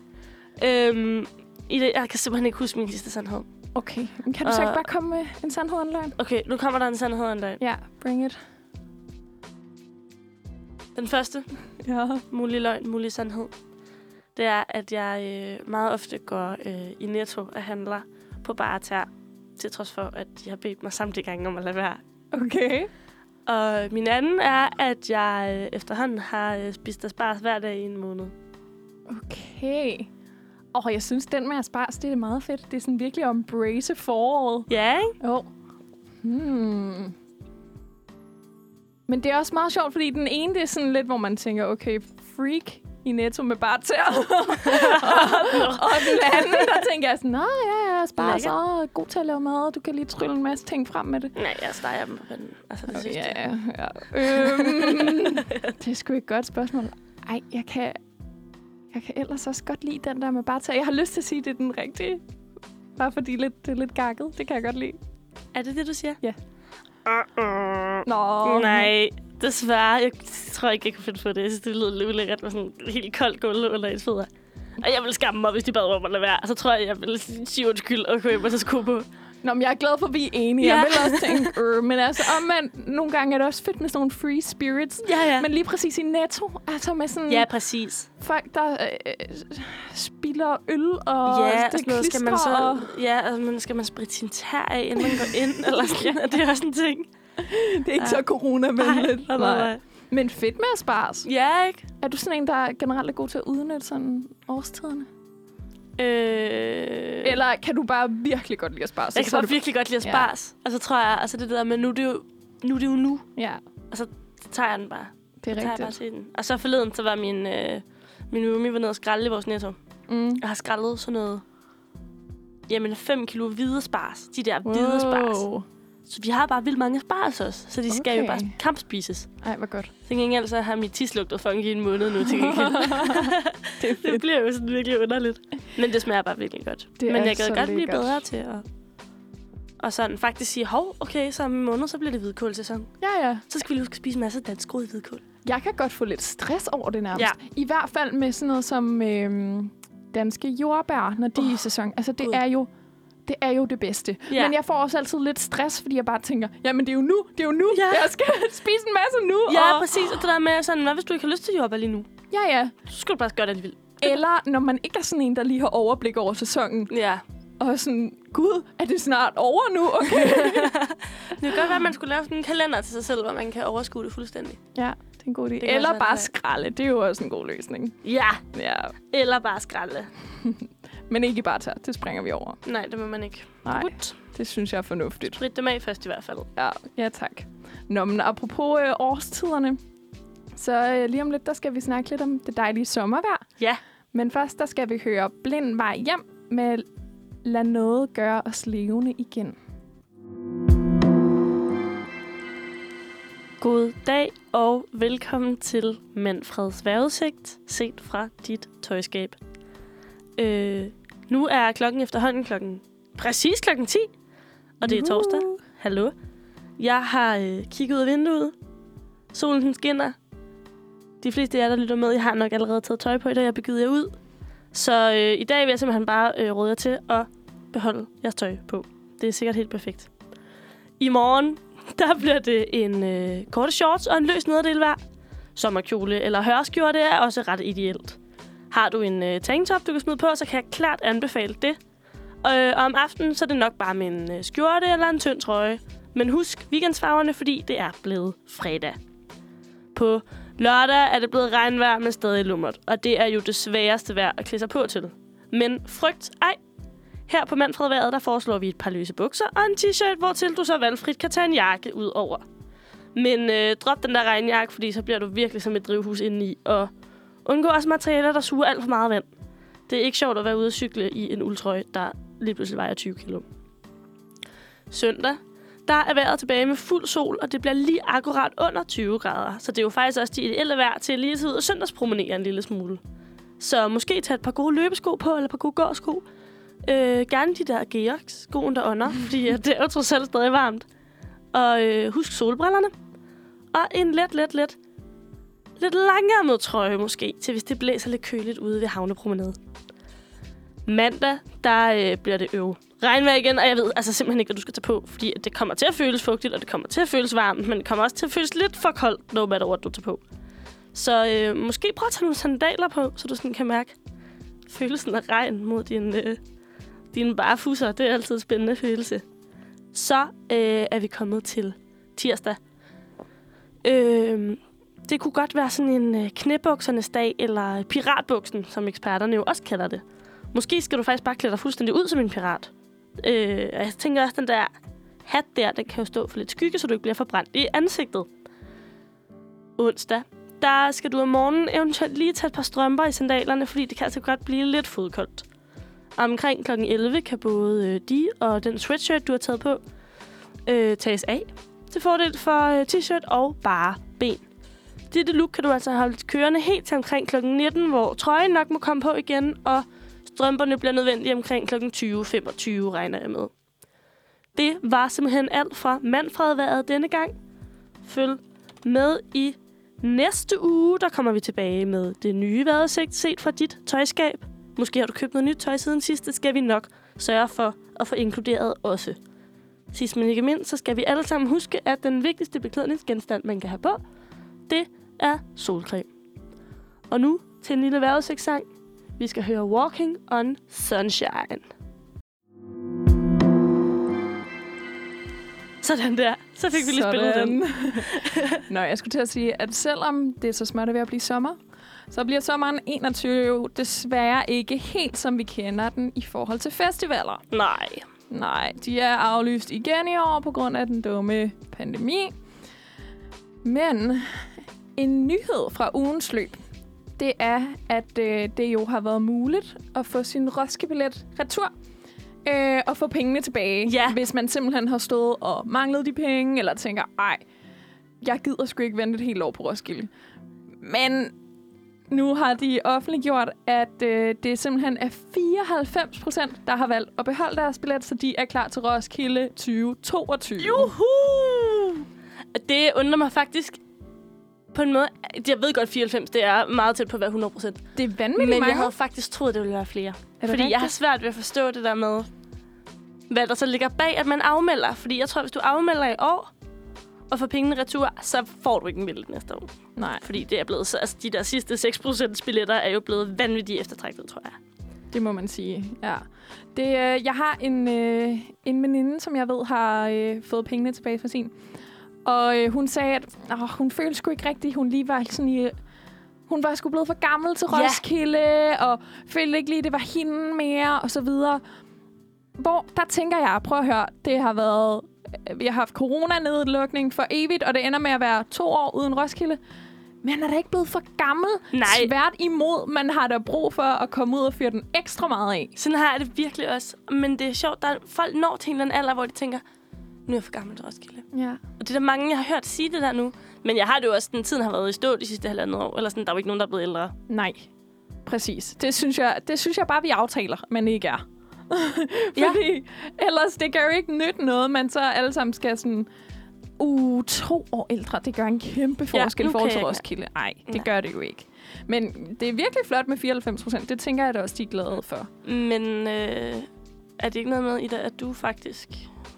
Jeg kan simpelthen ikke huske min sidste sandhed. Okay, men kan du så ikke bare komme med en sandhed og en løgn? Okay, nu kommer der en sandhed og en løgn. Ja, bring it. Den første mulige løgn, mulige sandhed, det er, at jeg meget ofte går i Netto og handler på bare tær, til trods for, at de har bedt mig samtlige gange om at lade være. Okay. Og min anden er, at jeg efterhånden har spist asparges hver dag i en måned. Okay. Jeg synes, den med asparges, det er meget fedt. Det er sådan virkelig at embrace foråret. Ja, ikke? Jo. Men det er også meget sjovt, fordi den ene, det er sådan lidt, hvor man tænker, okay, freak i Netto med bare tær. og den anden, der tænker jeg sådan, asparges, god til at lave mad, du kan lige trylle en masse ting frem med det. Nej, jeg steger dem på panden. Altså, det sidste. Ja. Det er sgu et godt spørgsmål. Ej, jeg kan ellers også godt lide den der med bare tær. Jeg har lyst til at sige, det er den rigtige. Bare fordi det er lidt gakket. Det kan jeg godt lide. Er det det, du siger? Ja. Nej, desværre. Jeg tror ikke, jeg kunne finde på det. Jeg synes, det lyder lidt ulækkert med sådan en helt kold gulv under ens fødder. Og jeg vil skamme mig, hvis de bad mig om at lade være. Så tror jeg vil sige undskyld og købe mig til sko på. Nå, men jeg er glad for, at vi er enige. Ja. Jeg vil også tænke, men altså, nogle gange er det også fedt med sådan nogle free spirits. Ja. Men lige præcis i Netto, altså med sådan... Ja, præcis. Folk, der spilder øl og skal man så... Ja, altså, skal man spritte sin tær af, inden man går ind? Eller sådan, det er også en ting. Det er ikke så corona-venligt. Nej. Men fedt med asparges. Ja, ikke? Er du sådan en, der generelt er god til at udnytte sådan årstiderne? Eller kan du bare virkelig godt lide asparges? Jeg kan bare virkelig godt lide asparges. Ja. Og så tror jeg, altså det der med, nu er det jo nu. Ja. Og så tager jeg den bare. Det er rigtigt. Jeg bare til den. Og så forleden, så var min roomie var nede og skralde i vores Netto. Jeg har skrællet sådan noget, 5 kilo hvide asparges. De der hvide asparges. Så vi har bare vildt mange asparges også. Så de skal jo bare kampspises. Ej, hvor godt. Så kan jeg altså have mit tis lugtet funky i en måned nu, til det bliver jo sådan virkelig underligt. Men det smager bare virkelig godt. Men jeg kan godt blive bedre til at sådan faktisk sige, okay, så om en måned, så bliver det hvidkålsæson. Ja. Så skal vi huske at spise masser af danskgroet hvidkål. Jeg kan godt få lidt stress over det nærmest. Ja. I hvert fald med sådan noget som danske jordbær, når de er i sæson. Altså, det er jo det bedste. Ja. Men jeg får også altid lidt stress, fordi jeg bare tænker, jamen det er jo nu. Ja. Jeg skal spise en masse nu. Ja, præcis. Og det der med sådan, hvad hvis du ikke har lyst til jordbær lige nu? Ja. Så skal du bare gøre det alligevel. Eller når man ikke er sådan en, der lige har overblik over sæsonen. Ja. Og sådan, gud, er det snart over nu? Okay. Det kan godt være, at man skulle lave sådan en kalender til sig selv, hvor man kan overskue det fuldstændig. Ja, det er en god idé. Eller bare skralde. Det er jo også en god løsning. Ja. Eller bare skralde. Men ikke bare tær. Det springer vi over. Nej, det må man ikke. Nej, det synes jeg er fornuftigt. Sprit dem af først i hvert fald. Ja, tak. Nå, men apropos årstiderne, så lige om lidt, der skal vi snakke lidt om det dejlige sommervejr. Ja. Men først, der skal vi høre Blind Vej Hjem med Lad noget gøre os levende igen. God dag og velkommen til Manfreds vejrudsigt, set fra dit tøjskab. Nu er klokken efterhånden præcis klokken 10, og det er torsdag. Hallo. Jeg har kigget ud af vinduet. Solen skinner. De fleste af jer, der lytter med, jeg har nok allerede taget tøj på i dag, jeg begivet jer ud. Så i dag vil jeg simpelthen bare råde jer til at beholde jeres tøj på. Det er sikkert helt perfekt. I morgen, der bliver det en korte shorts og en løs nederdel hver. Sommerkjole eller hørskjorte er også ret ideelt. Har du en tanktop, du kan smide på, så kan jeg klart anbefale det. Og om aftenen, så er det nok bare med en skjorte eller en tynd trøje. Men husk weekendsfarverne, fordi det er blevet fredag. På lørdag er det blevet regnvejr, men stadig lummert. Og det er jo det sværeste vejr at klæde sig på til. Men frygt ej. Her på Manfredvejret, der foreslår vi et par løse bukser og en t-shirt, hvortil du så valgfrit kan tage en jakke ud over. Men drop den der regnjakke, fordi så bliver du virkelig som et drivhus indeni. Og undgå også materialer, der suger alt for meget vand. Det er ikke sjovt at være ude at cykle i en uldtrøje, der lige pludselig vejer 20 kilo. Søndag, der er vejret tilbage med fuld sol, og det bliver lige akkurat under 20 grader. Så det er jo faktisk også de ideelle vejr til lige tid og søndagspromenere en lille smule. Så måske tage et par gode løbesko på, eller et par gode gårdsko. Gerne de der Georg-skoen, der under, fordi det er jo trods alt stadig varmt. Og husk solbrillerne. Og en lidt langærmet trøje måske, til hvis det blæser lidt køligt ude ved havnepromenade. Mandag, der bliver det regnvejr igen, og jeg ved altså simpelthen ikke, hvad du skal tage på, fordi det kommer til at føles fugtigt, og det kommer til at føles varmt, men det kommer også til at føles lidt for koldt, no matter what du tager på. Så måske prøv at tage nogle sandaler på, så du sådan kan mærke følelsen af regn mod dine barefusser. Det er altid en spændende følelse. Så er vi kommet til tirsdag. Det kunne godt være sådan en knæbuksernes dag, eller piratbuksen, som eksperterne jo også kalder det. Måske skal du faktisk bare klæde dig fuldstændig ud som en pirat. Jeg tænker også, den der hat der, den kan jo stå for lidt skygge, så du ikke bliver forbrændt i ansigtet. Onsdag, der skal du om morgenen eventuelt lige tage et par strømper i sandalerne, fordi det kan altså godt blive lidt fodkoldt. Omkring kl. 11 kan både de og den sweatshirt, du har taget på, tages af til fordel for t-shirt og bare ben. Dette look kan du altså holde kørende helt til omkring kl. 19, hvor trøjen nok må komme på igen, og strømperne bliver nødvendige omkring kl. 20.25, regner jeg med. Det var simpelthen alt fra Manfred-vejret denne gang. Følg med i næste uge, der kommer vi tilbage med det nye vejrudsigt set fra dit tøjskab. Måske har du købt noget nyt tøj siden sidst, det skal vi nok sørge for at få inkluderet også. Sidst men ikke mindst, så skal vi alle sammen huske, at den vigtigste beklædningsgenstand, man kan have på, det er solcreme. Og nu til en lille vejrudsigtssang. Vi skal høre Walking on Sunshine. Sådan der. Så fik vi lige spillet den. Nå, jeg skulle til at sige, at selvom det er så småt ved at blive sommer, så bliver sommeren 21 desværre ikke helt, som vi kender den i forhold til festivaler. Nej, de er aflyst igen i år på grund af den dumme pandemi. Men en nyhed fra ugens løb, det er, at det jo har været muligt at få sin Roskilde-billet retur og få pengene tilbage, hvis man simpelthen har stået og manglet de penge, eller tænker, ej, jeg gider sgu ikke vente et helt år på Roskilde. Men nu har de offentliggjort, at det simpelthen er 94%, der har valgt at beholde deres billet, så de er klar til Roskilde 2022. Juhu! Det undrer mig faktisk på en måde. Jeg ved godt, 94, det er meget tæt på at være 100%. Det er vanvittigt Men mange. jeg havde faktisk troet, det ville være flere. Fordi rigtigt? jeg har svært ved at forstå det der med, hvad der så ligger bag, at man afmelder. Fordi jeg tror, hvis du afmelder i år, og får pengene retur, så får du ikke en billet næste år. Nej. Fordi det er blevet så, altså de der sidste 6% billetter er jo blevet vanvittigt eftertragtet, tror jeg. Det må man sige, ja. Jeg har en veninde, som jeg ved har fået pengene tilbage fra sin. Og hun sagde, at hun følte sgu ikke rigtigt, hun lige var sådan i... Hun var sgu blevet for gammel til Roskilde, og følte ikke lige, det var hende mere, og så videre. Hvor, der tænker jeg, prøv at høre, det har været... Vi har haft coronanedlukning for evigt, og det ender med at være 2 år uden Roskilde. Men er da ikke blevet for gammel? Nej. Svært imod, man har da brug for at komme ud og fyre den ekstra meget af. Sådan har jeg det virkelig også. Men det er sjovt, der er folk når til en eller anden alder, hvor de tænker, nu er jeg for gammel til Roskilde. Ja. Og det er der mange, jeg har hørt sige det der nu. Men jeg har det jo også, den tiden har været i stå de sidste 1,5 år. Eller sådan, der er jo ikke nogen, der er blevet ældre. Nej, præcis. Det synes jeg bare, vi aftaler, men ikke er. Fordi ellers, det gør jo ikke nyt noget, man så alle sammen skal sådan... 2 år ældre, det gør en kæmpe forskel i forhold til Roskilde. Nej, det gør det jo ikke. Men det er virkelig flot med 94%. Det tænker jeg da også, de er glade for. Men er det ikke noget med, Ida, at du faktisk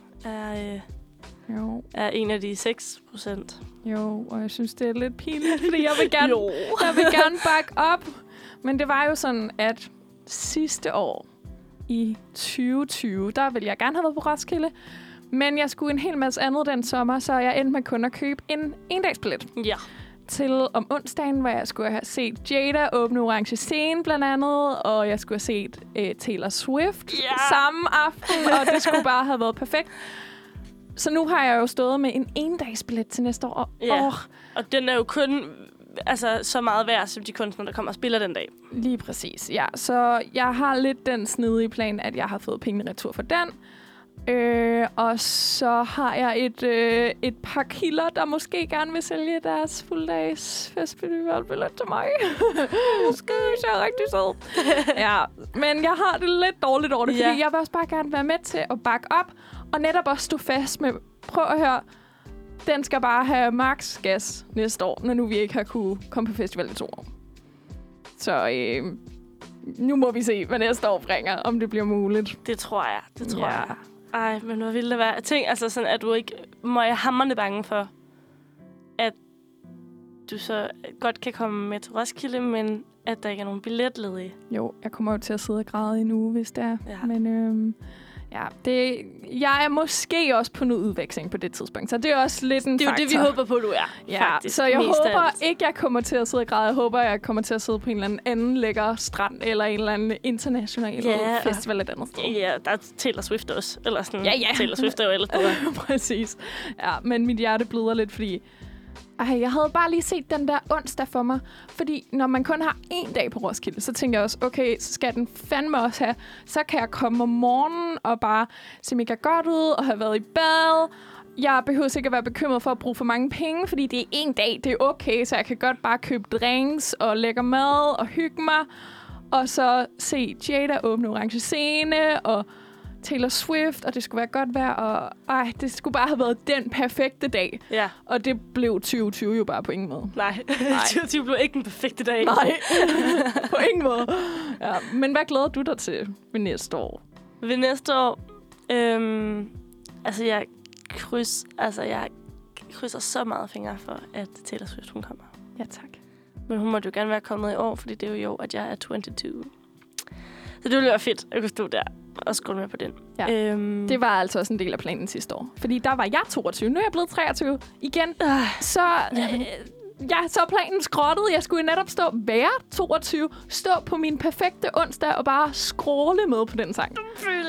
er en af de 6%? Jo, og jeg synes, det er lidt pinligt, fordi jeg vil gerne bakke op. Men det var jo sådan, at sidste år i 2020, der ville jeg gerne have været på Roskilde. Men jeg skulle en hel masse andet den sommer, så jeg endte med kun at købe en endagsbillet. Ja. Til om onsdagen, hvor jeg skulle have set Jada åbne Orange Scene blandt andet, og jeg skulle have set Taylor Swift samme aften, og det skulle bare have været perfekt. Så nu har jeg jo stået med en endagsbillet til næste år. Og den er jo kun så meget værd, som de kunstnere, der kommer og spiller den dag. Lige præcis, ja. Så jeg har lidt den snedige plan, at jeg har fået pengene retur for den. Og så har jeg et par kilder, der måske gerne vil sælge deres fulddags festivalbillet til mig. Måske, hvis jeg er rigtig sød. Ja, men jeg har det lidt dårligt over det, fordi jeg vil også bare gerne være med til at bakke op, og netop også stå fast med, prøv at høre, den skal bare have max gas næste år, når nu vi ikke har kunne komme på festival i 2 år. Så nu må vi se, hvad næste år bringer, om det bliver muligt. Det tror jeg. Ej, men hvor ville det være? Jeg tænker sådan, at du ikke må jeg hamrende bange for, at du så godt kan komme med til Roskilde, men at der ikke er nogen billetledige. Jo, jeg kommer jo til at sidde og græde i en uge, hvis det er. Ja. Men jeg er måske også på noget udveksling på det tidspunkt, så det er også lidt en faktor. Det er jo det, vi håber på, du er. Ja, faktisk, så jeg håber ikke, jeg kommer til at sidde og græde. Jeg håber, jeg kommer til at sidde på en eller anden lækker strand, eller en eller anden international festival et andet sted. Ja, der er Taylor Swift også. Eller sådan, ja. Taylor Swift er jo ellers bedre. Præcis. Ja, men mit hjerte bløder lidt, fordi jeg havde bare lige set den der onsdag for mig. Fordi når man kun har 1 dag på Roskilde, så tænker jeg også, okay, så skal den fandme også have. Så kan jeg komme om morgenen og bare se mega godt ud og have været i bad. Jeg behøver ikke at være bekymret for at bruge for mange penge, fordi det er 1 dag, det er okay. Så jeg kan godt bare købe drinks og lækker mad og hygge mig. Og så se Jada åbne Orange Scene og Taylor Swift, og det skulle være godt vejr, og det skulle bare have været den perfekte dag. Ja. Og det blev 2020 jo bare på ingen måde. Nej. 2020 blev ikke den perfekte dag. Nej, på ingen måde. Ja. Men hvad glæder du dig til ved næste år? Ved næste år? Jeg krydser så meget fingre for, at Taylor Swift hun kommer. Ja, tak. Men hun måtte jo gerne være kommet i år, fordi det er jo i år, at jeg er 22. Så det ville være fedt at kunne stå der og skåle med på den. Ja. Det var altså også en del af planen sidste år. Fordi der var jeg 22. Nu er jeg blevet 23 igen. Så er planen skrottet. Jeg skulle netop være 22. Stå på min perfekte onsdag og bare skråle med på den sang.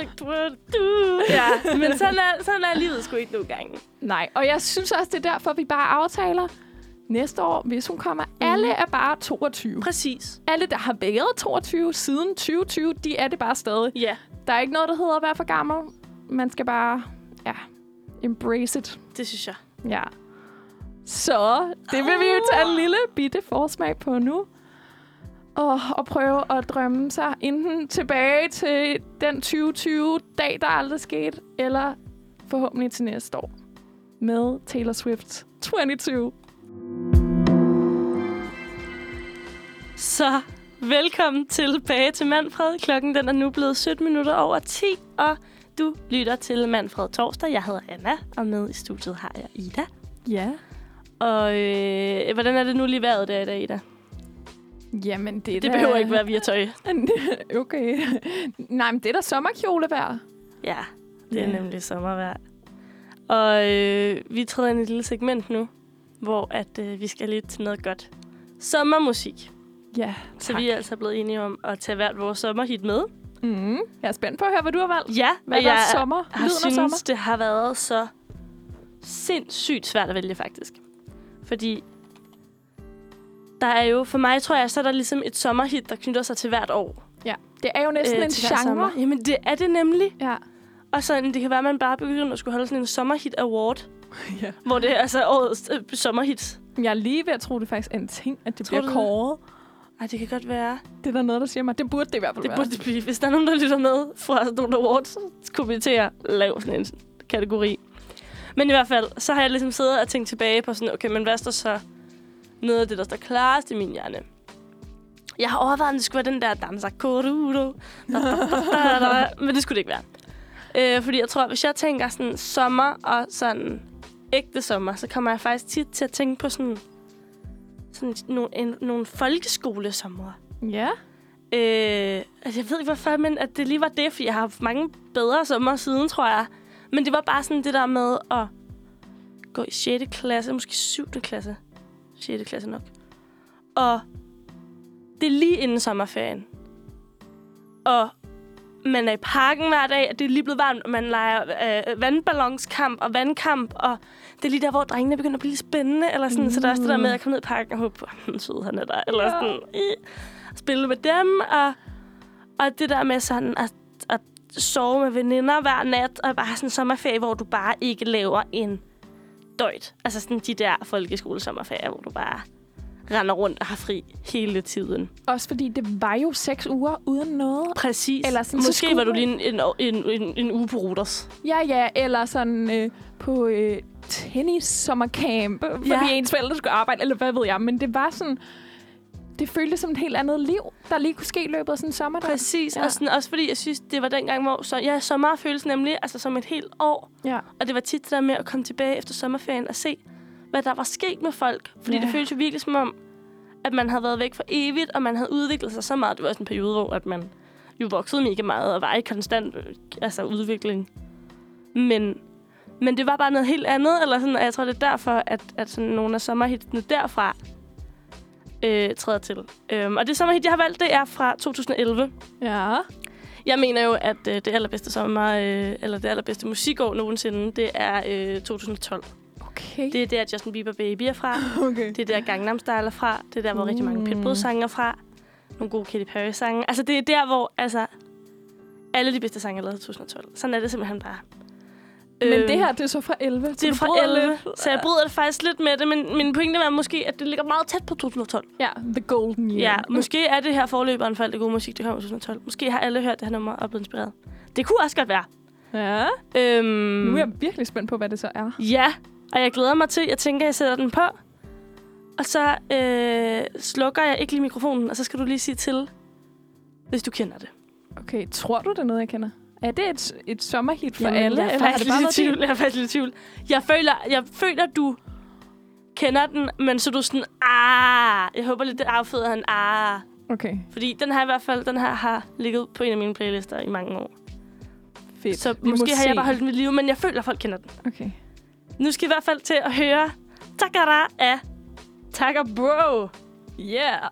Ja, men sådan er livet sgu ikke nogen gange. Nej, og jeg synes også, det er derfor, vi bare aftaler næste år, hvis hun kommer. Alle er bare 22. Præcis. Alle, der har været 22 siden 2020, de er det bare stadig. Ja. Der er ikke noget, der hedder at være for gammel. Man skal bare, embrace it. Det synes jeg. Ja. Så det vil vi jo tage en lille bitte forsmag på nu. Og prøve at drømme sig enten tilbage til den 2020-dag, der aldrig skete, eller forhåbentlig til næste år med Taylor Swift 22. Så velkommen tilbage til Manfred. Klokken den er nu blevet 17 minutter over 10, og du lytter til Manfred Torsdag. Jeg hedder Anna, og med i studiet har jeg Ida. Ja. Og hvordan er det nu lige vejret der i dag, Ida? Jamen, det behøver ikke være via tøj. Okay. Nej, men det er da sommerkjolevejr. Ja, det er nemlig sommervejr. Og vi træder ind i et lille segment nu, hvor vi skal lytte til noget godt sommermusik. Ja, tak. Så vi er altså blevet enige om at tage hvert vores sommerhit med. Jeg er spændt på at høre, hvad du har valgt. Ja, hvad jeg synes, det har været så sindssygt svært at vælge, faktisk. Fordi der er jo, for mig tror jeg, så er der ligesom et sommerhit, der knytter sig til hvert år. Ja, det er jo næsten en genre. Jamen, det er det nemlig. Ja. Og sådan, det kan være, at man bare begynder at skulle holde sådan en sommerhit award. Ja. Hvor det er altså årets sommerhit. Jeg er lige ved at tro, det faktisk er en ting, at det bliver kåret. Ej, det kan godt være. Det er der noget, der siger mig. Det burde det i hvert fald være. Det burde det blive. Hvis der er nogen, der lytter med fra nogle awards, så kunne vi til at lave sådan en kategori. Men i hvert fald, så har jeg ligesom siddet og tænkt tilbage på sådan, okay, men hvad er så noget af det, der står klarest i min hjerne? Jeg har overvejet, at det skulle være den der danser korudo. Men det skulle det ikke være. Fordi jeg tror, hvis jeg tænker sådan sommer og sådan ægte sommer, så kommer jeg faktisk tit til at tænke på sådan nogle folkeskolesomre. Ja. Jeg ved ikke hvorfor, men at det lige var det, for jeg har haft mange bedre sommer siden, tror jeg. Men det var bare sådan det der med at gå i 6. klasse, måske 7. klasse. 6. klasse nok. Og det er lige inden sommerferien. Og man er i parken hver dag, og det er lige blevet varmt, og man leger vandballonskamp og vandkamp, og det er lige der, hvor drengene begynder at blive spændende, eller sådan, så der er også det der med at komme ned i parken og håbe på, sød han er der, eller sådan, spille med dem, og det der med sådan at sove med veninder hver nat, og bare sådan en sommerferie, hvor du bare ikke laver en døjt. Altså sådan de der folkeskolesommerferier, hvor du bare render rundt og har fri hele tiden. Også fordi det var jo 6 uger uden noget. Præcis. Eller sådan, måske var du lige en uge på Ruders. Ja, eller sådan på tennis-sommercamp, fordi ens forældre skulle arbejde, eller hvad ved jeg. Men det var sådan, det føltes som et helt andet liv, der lige kunne ske i løbet af sådan en sommer. Præcis, og sådan, også fordi jeg synes, det var dengang, hvor sommer føles nemlig altså som et helt år. Ja. Og det var tit det der med at komme tilbage efter sommerferien og se hvad der var sket med folk. Fordi det føltes jo virkelig som om, at man havde været væk for evigt, og man havde udviklet sig så meget. Det var også en periode, hvor at man jo voksede mega meget, og var i konstant udvikling. Men det var bare noget helt andet, eller sådan, og jeg tror, det er derfor, at sådan nogle af sommerhitsene derfra træder til. Og det sommerhit, jeg har valgt, det er fra 2011. Ja. Jeg mener jo, at det allerbedste eller det allerbedste musikår nogensinde, det er 2012. Okay. Det er der, Justin Bieber Baby er fra. Okay. Det er der, Gangnam Style er fra. Det er der, hvor rigtig mange Pitbull-sange er fra. Nogle gode Katy Perry-sange. Altså, det er der, hvor alle de bedste sange er lavet i 2012. Sådan er det simpelthen bare. Men det her, det er så fra 11. Det er fra 11, så jeg bryder det faktisk lidt med det. Men min pointe var måske, at det ligger meget tæt på 2012. Ja, the golden year. Ja, måske er det her forløberen for alt det gode musik, det kommer i 2012. Måske har alle hørt det her nummer og blevet inspireret. Det kunne også godt være. Ja. Nu er jeg virkelig spændt på, hvad det så er. Ja, og jeg glæder mig til, jeg tænker, jeg sætter den på. Og så slukker jeg ikke lige mikrofonen, og så skal du lige sige til, hvis du kender det. Okay, tror du, det er noget, jeg kender? Er det et sommerhit for Jamen, alle? Jeg er faktisk lidt i tvivl. Jeg føler, du kender den, men så er du sådan, jeg håber lidt, det afføder han, Okay. Fordi den her har ligget på en af mine playlister i mange år. Fedt. Så måske har jeg bare holdt den ved live, men jeg føler, at folk kender den. Okay. Nu skal I hvert fald til at høre Takara af Taka Bro. Yeah.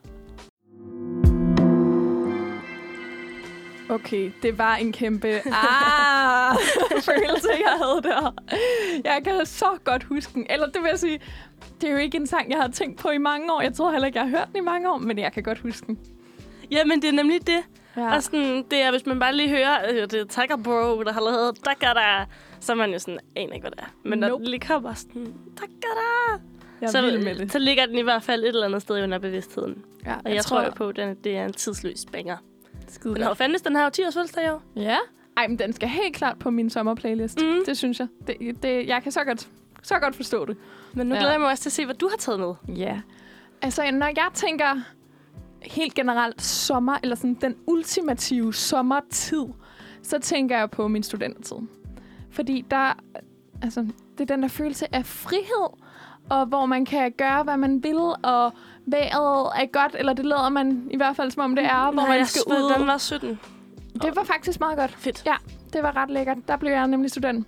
Okay, det var en kæmpe følelse, jeg havde der. Jeg kan så godt huske den. Eller det vil jeg sige, det er jo ikke en sang, jeg har tænkt på i mange år. Jeg tror heller ikke, jeg har hørt den i mange år, men jeg kan godt huske den. Ja, men det er nemlig det. Ja. Og sådan, det er, hvis man bare lige hører, det er Taka Bro, der har lavet Takara, så er man jo sådan, aner ikke, hvad det er. Men når det lige kommer sådan, Takara, så ligger den i hvert fald et eller andet sted i underbevidstheden. Ja, og jeg tror jo på, at det er en tidsløs banger. Skide Men har fandtes den her jo 10 års fødselsdag i år? Ja. Ej, men den skal helt klart på min sommerplaylist. Det synes jeg. Jeg kan så godt forstå det. Men nu glæder jeg mig også til at se, hvad du har taget med. Ja. Altså, når jeg tænker helt generelt sommer, eller sådan den ultimative sommertid, så tænker jeg på min studentertid. Fordi det er den der følelse af frihed, og hvor man kan gøre, hvad man vil, og vejret er godt, eller det lader man i hvert fald, som om det er, hvor man skal ud. Den var 17. Det var faktisk meget godt. Fedt. Ja, det var ret lækkert. Der blev jeg nemlig student.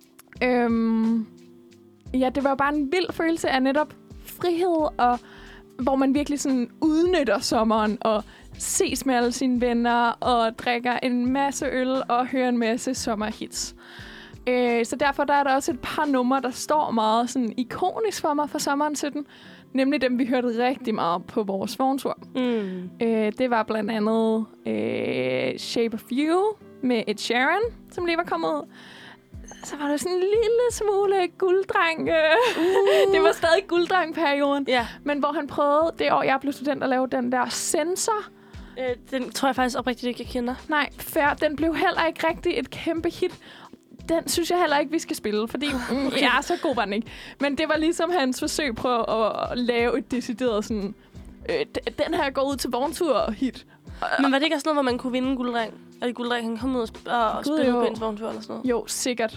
Ja, det var jo bare en vild følelse af netop frihed, og hvor man virkelig sådan udnytter sommeren, og ses med alle sine venner, og drikker en masse øl, og hører en masse sommerhits. Så derfor der er der også et par numre, der står meget sådan ikonisk for mig fra sommeren 17. Nemlig dem, vi hørte rigtig meget på vores vogntur. Det var blandt andet Shape of You med Ed Sheeran, som lige var kommet ud. Så var der sådan en lille smule gulddreng. Det var stadig gulddreng-perioden. Yeah. Men hvor han prøvede, det år jeg blev student, at lave den der sensor. Den tror jeg faktisk oprigtigt ikke, jeg kender. Nej, fair. Den blev heller ikke rigtig et kæmpe hit. Den synes jeg heller ikke, vi skal spille, fordi så god var den ikke. Men det var ligesom hans forsøg på at lave et decideret sådan, den her går ud til vogntur-hit. Men var det ikke også noget, hvor man kunne vinde en gulddreng? Og gulddreng, han kom ud og spille på ens vogntur eller sådan noget? Jo, sikkert.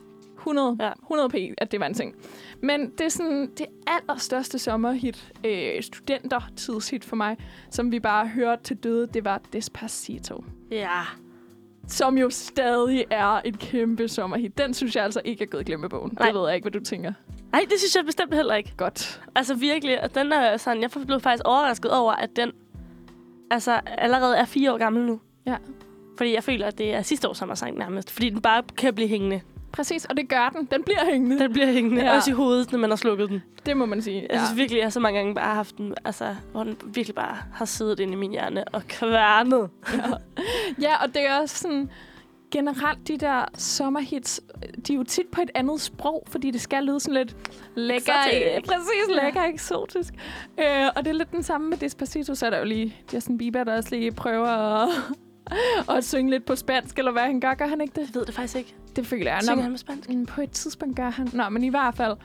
100 p, at det var en ting. Men det er sådan det allerstørste sommerhit, studentertidshit for mig, som vi bare hørte til døde, det var Despacito. Ja. Som jo stadig er et kæmpe sommerhit. Den synes jeg altså ikke er gået i glemmebogen. Det ved jeg ikke, hvad du tænker. Nej, det synes jeg bestemt heller ikke. Godt. Altså virkelig, og den er sådan, jeg blev faktisk overrasket over, at den allerede er 4 år gammel nu. Ja. Fordi jeg føler, at det er sidste års sommersang nærmest. Fordi den bare kan blive hængende. Præcis, og det gør den. Den bliver hængende. Den bliver hængende, ja. Også i hovedet, når man har slukket den. Det må man sige. Jeg synes virkelig, jeg så mange gange bare har haft den, hvor den virkelig bare har siddet inde i min hjerne og kværnet. Ja, og det er også sådan, generelt de der sommerhits, de er jo tit på et andet sprog, fordi det skal lyde sådan lidt lækker. Præcis, lækker, eksotisk. Og det er lidt den samme med Despacito, så er der jo lige Justin Bieber, der også lige prøver at synge lidt på spansk, eller hvad han gør. Gør han ikke det? Jeg ved det faktisk ikke. Det føler jeg. Synger han på spansk? På et tidspunkt gør han. Nå, men i hvert fald.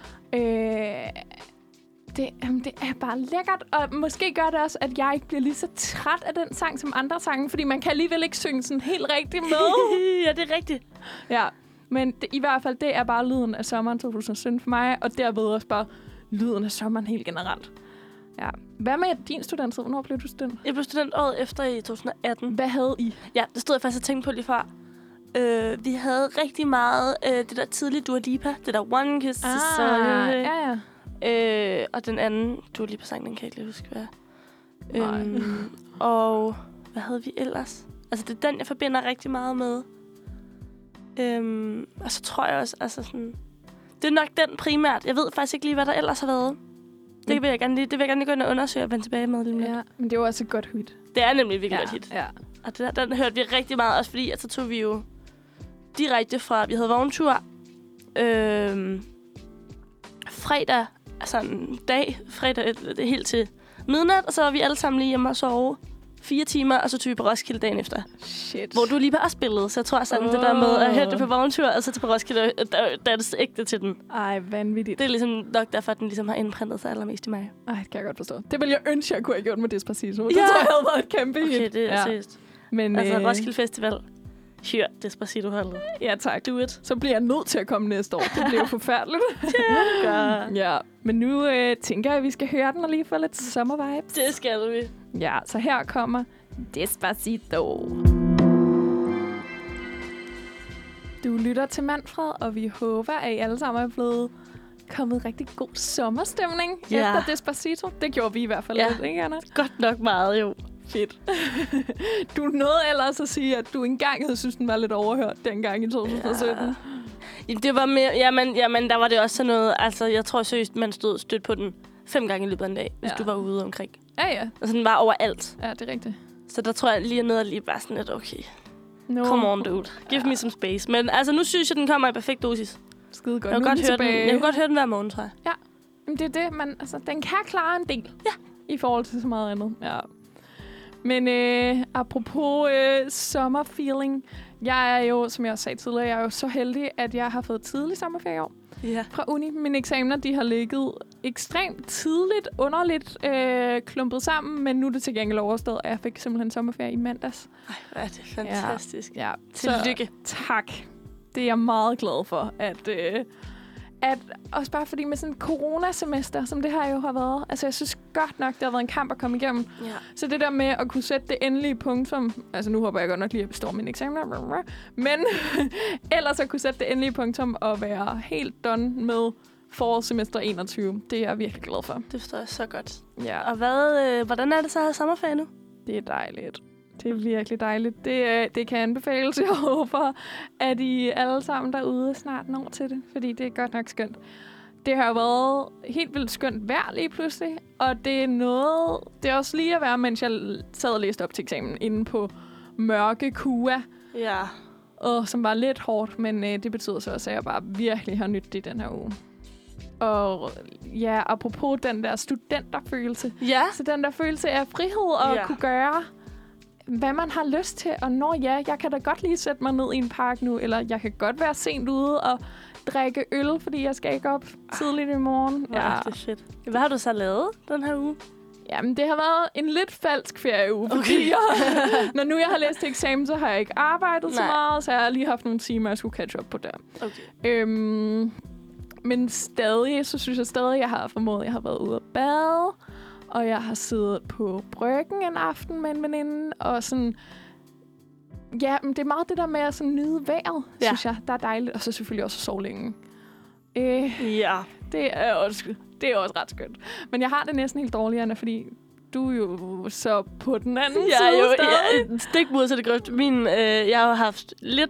Det er bare lækkert, og måske gør det også, at jeg ikke bliver lige så træt af den sang som andre sange, fordi man kan alligevel ikke synge sådan helt rigtigt med. Ja, det er rigtigt. Ja, men i hvert fald, det er bare lyden af sommeren 2017 for mig, og derved også bare lyden af sommeren helt generelt. Ja. Hvad med din studenttid? Hvornår blev du student? Jeg blev student året efter i 2018. Hvad havde I? Ja, det stod jeg faktisk og tænkte på lige før. Vi havde rigtig meget det der tidlige Dua Lipa. Det der One Kiss. Ja. Og den anden Dua Lipa-sang, den kan jeg ikke lige huske, hvad. Og hvad havde vi ellers? Altså, det er den, jeg forbinder rigtig meget med. Og så tror jeg også, altså sådan... Det er nok den primært. Jeg ved faktisk ikke lige, hvad der ellers har været. Det vil jeg gerne lige gå ind og undersøge og vende tilbage med. Lige ja, men det var også et godt hit. Det er nemlig virkelig et hit. Ja. Og den hørte vi rigtig meget, også fordi at så tog vi jo direkte fra... Vi havde vogntur fredag, altså en dag, fredag helt til midnat, og så var vi alle sammen lige hjemme og sove 4 timer, og så tog vi på Roskilde dagen efter. Shit. Hvor du lige bare spillede, så jeg tror sådan, det der med at høre det på vogntur, og så til på Roskilde, der er det ægte til den. Ej, vanvittigt. Det er ligesom nok derfor, at den ligesom har indprintet sig allermest i mig. Ej, det kan jeg godt forstå. Det ville jeg ønske, jeg kunne have gjort med Despacito. Det tror jeg havde været et kæmpe hit. Okay, det er seriøst. Men, altså, Roskilde Festival. Hyr Despacito-holdet. Ja, tak. Do it. Så bliver jeg nødt til at komme næste år. Det bliver jo forfærdeligt. Ja, men nu tænker jeg, at vi skal høre den og lige få lidt sommervibes. Det skal vi. Ja, så her kommer Despacito. Du lytter til Manfred, og vi håber, at I alle sammen er blevet kommet rigtig god sommerstemning efter Despacito. Det gjorde vi i hvert fald lidt, ikke, Anna? Godt nok meget, jo. Fedt. Du nåede ellers at sige, at du engang havde synes, den var lidt overhørt dengang i 2017. Ja. Det var mere... Jamen, der var det også sådan noget... Altså, jeg tror seriøst, man stødt på den 5 gange i løbet af en dag, hvis du var ude omkring. Ja. Altså, den var overalt. Ja, det er rigtigt. Så der tror jeg lige nede og lige bare sådan lidt, okay. Come on, dude. Give me some space. Men altså, nu synes jeg, den kommer i perfekt dosis. Skide godt. Jeg kan godt høre den hver morgen, tror jeg. Ja, men det er det. Men altså, den kan klare en del. Ja. I forhold til så meget andet. Ja. Men apropos sommerfeeling. Jeg er jo, som jeg også sagde tidligere, jeg er jo så heldig, at jeg har fået tidlig sommerferie i år. Ja. Fra uni. Mine eksamener, de har ligget ekstremt tidligt, underligt klumpet sammen, men nu er det til gengæld overstået, og jeg fik simpelthen sommerferie i mandags. Ej, hvor er det fantastisk. Ja. Tillykke. Tak. Det er jeg meget glad for, at også bare fordi med sådan en coronasemester, som det her jo har været, altså jeg synes godt nok, det har været en kamp at komme igennem. Ja. Så det der med at kunne sætte det endelige punktum, altså nu håber jeg godt nok lige, at jeg består mine eksamener, men ellers at kunne sætte det endelige punktum og være helt done med forårssemester 21, det er jeg virkelig glad for. Det forstår jeg så godt. Ja. Og hvordan er det så at have sommerferie nu? Det er dejligt. Det er virkelig dejligt. Det kan anbefales. Jeg håber, at I alle sammen derude snart når til det, fordi det er godt nok skønt. Det har jo været helt vildt skønt vejr lige pludselig, og det er også lige at være, mens jeg sad og læste op til eksamen inde på mørke Kua. Ja. Som var lidt hårdt, men det betyder så også, at jeg bare virkelig har nydt det i den her uge. Og ja, apropos den der studenterfølelse. Ja. Så den der følelse af frihed og kunne gøre, hvad man har lyst til. Og jeg kan da godt lige sætte mig ned i en park nu, eller jeg kan godt være sent ude og drikke øl, fordi jeg skal ikke op tidligt i morgen. Ja, det er fedt. Hvad har du så lavet den her uge? Jamen, det har været en lidt falsk ferieuge, fordi når nu jeg har læst til eksamen, så har jeg ikke arbejdet så meget, så jeg har lige haft nogle timer, jeg skulle catch up på der. Okay. Men stadig, så synes jeg stadig, jeg har formået, jeg har været ude at bade, og jeg har siddet på bryggen en aften med en veninde, og sådan... Ja, men det er meget det der med at sådan nyde vejret, synes jeg, der er dejligt. Og så selvfølgelig også sove længe. Ja. Det er også ret skønt. Men jeg har det næsten helt dårligt, Anna, fordi du er jo så på den anden side stadig. Ja, stik modsat grøft. Jeg har haft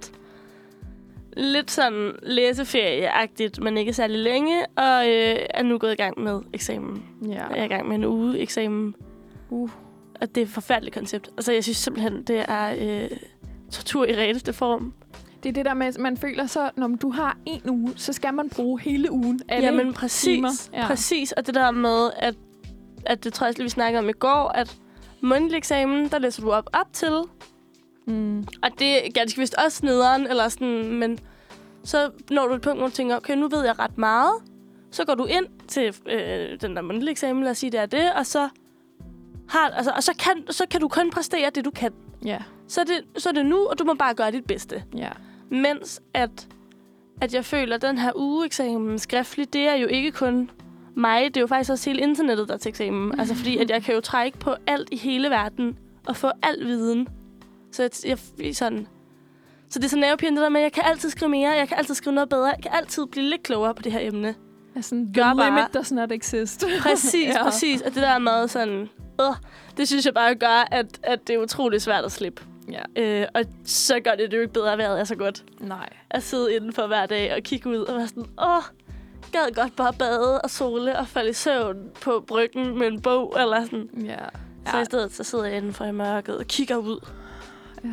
lidt sådan læseferieagtigt, men ikke særlig længe, og er nu gået i gang med eksamen. Ja. Jeg er i gang med en uge eksamen. Og det er et forfærdeligt koncept. Altså, jeg synes simpelthen, det er tortur i retteste form. Det er det der med, at man føler så, når du har en uge, så skal man bruge hele ugen. Jamen, præcis. Ja. Præcis. Og det der med, at det tror jeg, vi snakkede om i går, at mundtlig eksamen, der læser du op til. Og det er ganske vist også nederen, eller sådan, men så når du et punkt, hvor du tænker, okay, nu ved jeg ret meget, så går du ind til den der mundtlige eksamen, lad os sige, det er det, og så så kan du kun præstere det, du kan. Ja. Så er det nu, og du må bare gøre dit bedste. Ja. Mens at jeg føler, at den her ugeeksamen skriftligt, det er jo ikke kun mig, det er jo faktisk også hele internettet, der er til eksamen. Altså fordi, at jeg kan jo trække på alt i hele verden og få al viden. Så jeg sådan... Så det er så nervepirrende det der med, at jeg kan altid skrive mere, jeg kan altid skrive noget bedre, jeg kan altid blive lidt klogere på det her emne. Sådan, the limit does not exist. Præcis. Og det der med sådan... det synes jeg bare gør, at det er utroligt svært at slippe. Ja. Og så gør det jo ikke bedre, at vejret er så godt. Nej. At sidde indenfor hver dag og kigge ud og være sådan... gad godt bare bade og sole og falde i søvn på bryggen med en bog eller sådan. Ja. Så i stedet så sidder jeg indenfor i mørket og kigger ud. Ja.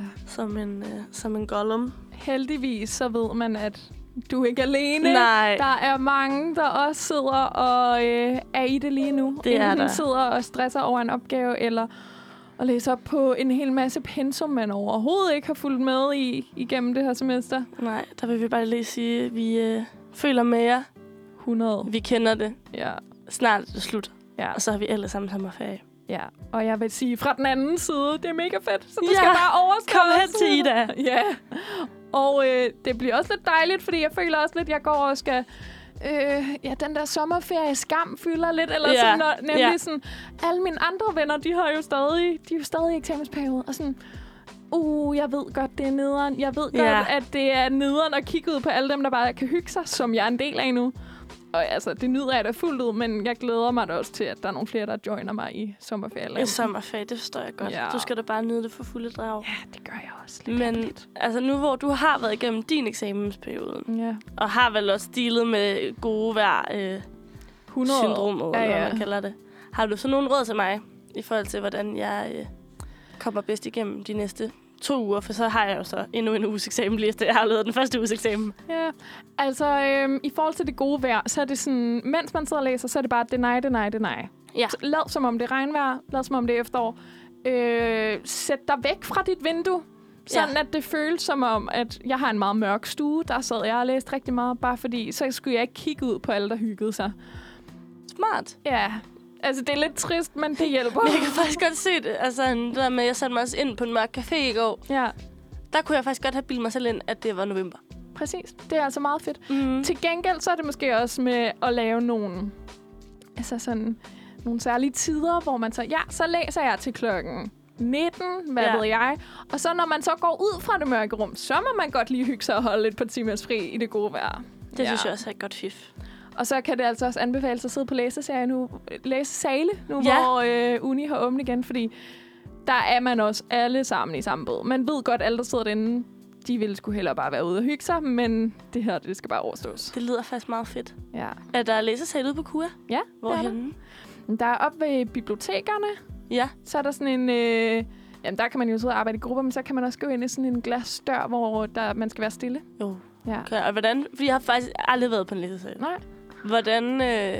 Som en Gollum. Heldigvis så ved man, at du er ikke alene. Nej. Der er mange, der også sidder og er i det lige nu. Det er der. Sidder og stresser over en opgave, eller og læser op på en hel masse pensum, man overhovedet ikke har fulgt med i igennem det her semester. Nej, der vil vi bare lige sige, at vi føler med jer. 100. Vi kender det. Ja. Snart er det slut. Ja. Og så har vi alle sammen sommerferie. Ja, og jeg vil sige, fra den anden side, det er mega fedt, så det skal bare overstås. Kom hen til Ida. Ja, og det bliver også lidt dejligt, fordi jeg føler også lidt, at jeg går og skal... den der sommerferie skam fylder lidt, eller sådan noget. Nemlig sådan, alle mine andre venner, de er jo stadig i eksamensperiode, og sådan... jeg ved godt, det er nederen. Jeg ved godt, at det er nederen at kigge ud på alle dem, der bare kan hygge sig, som jeg er en del af nu. Og altså, det nyder jeg da fuldt ud, men jeg glæder mig da også til, at der er nogle flere, der joiner mig i sommerferie. I sommerferie, det forstår jeg godt. Ja. Du skal da bare nyde det for fulde drag. Ja, det gør jeg også. Men altså, nu hvor du har været igennem din eksamensperiode, og har vel også dealet med gode vejr-syndromet, eller hvad man kalder det. Har du så nogle råd til mig, i forhold til, hvordan jeg kommer bedst igennem de næste 2 uger, for så har jeg jo så endnu en uges eksamen lige efter, jeg har lavet den første uges eksamen. Ja, altså i forhold til det gode vejr, så er det sådan, mens man sidder og læser, så er det bare deny. Ja. Så lad som om det er regnvejr, lad som om det er efterår. Sæt dig væk fra dit vindue, sådan at det føles som om, at jeg har en meget mørk stue, der sad jeg og læste rigtig meget, bare fordi, så skulle jeg ikke kigge ud på alle, der hyggede sig. Smart. Ja. Altså, det er lidt trist, men det hjælper. Men jeg kan faktisk godt se det. Altså, det der med, at jeg satte mig også ind på en mørk café i går. Ja. Der kunne jeg faktisk godt have bildet mig selv ind, at det var november. Præcis. Det er altså meget fedt. Mm. Til gengæld, så er det måske også med at lave nogle særlige tider, hvor man så læser jeg til klokken 19, hvad ved jeg. Og så når man så går ud fra det mørke rum, så må man godt lige hygge sig og holde lidt på timers fri i det gode vejr. Det synes jeg også er et godt fif. Og så kan det altså også anbefales at sidde på læsesale nu, hvor uni har åbent igen, fordi der er man også alle sammen i samme båd. Man ved godt, alle der sidder derinde, de ville sgu hellere bare være ude og hygge sig, men det her, det skal bare overstås. Det lyder faktisk meget fedt. Ja. Er der læsesale ude på KUA? Ja, hvorhenne? Der er oppe ved bibliotekerne. Ja. Så er der sådan en... jamen, der kan man jo sidde og arbejde i grupper, men så kan man også gå ind i sådan en glasdør, hvor man skal være stille. Jo. Ja. Okay, og hvordan... Fordi jeg har faktisk aldrig været på en læsesal. Nej. Hvordan...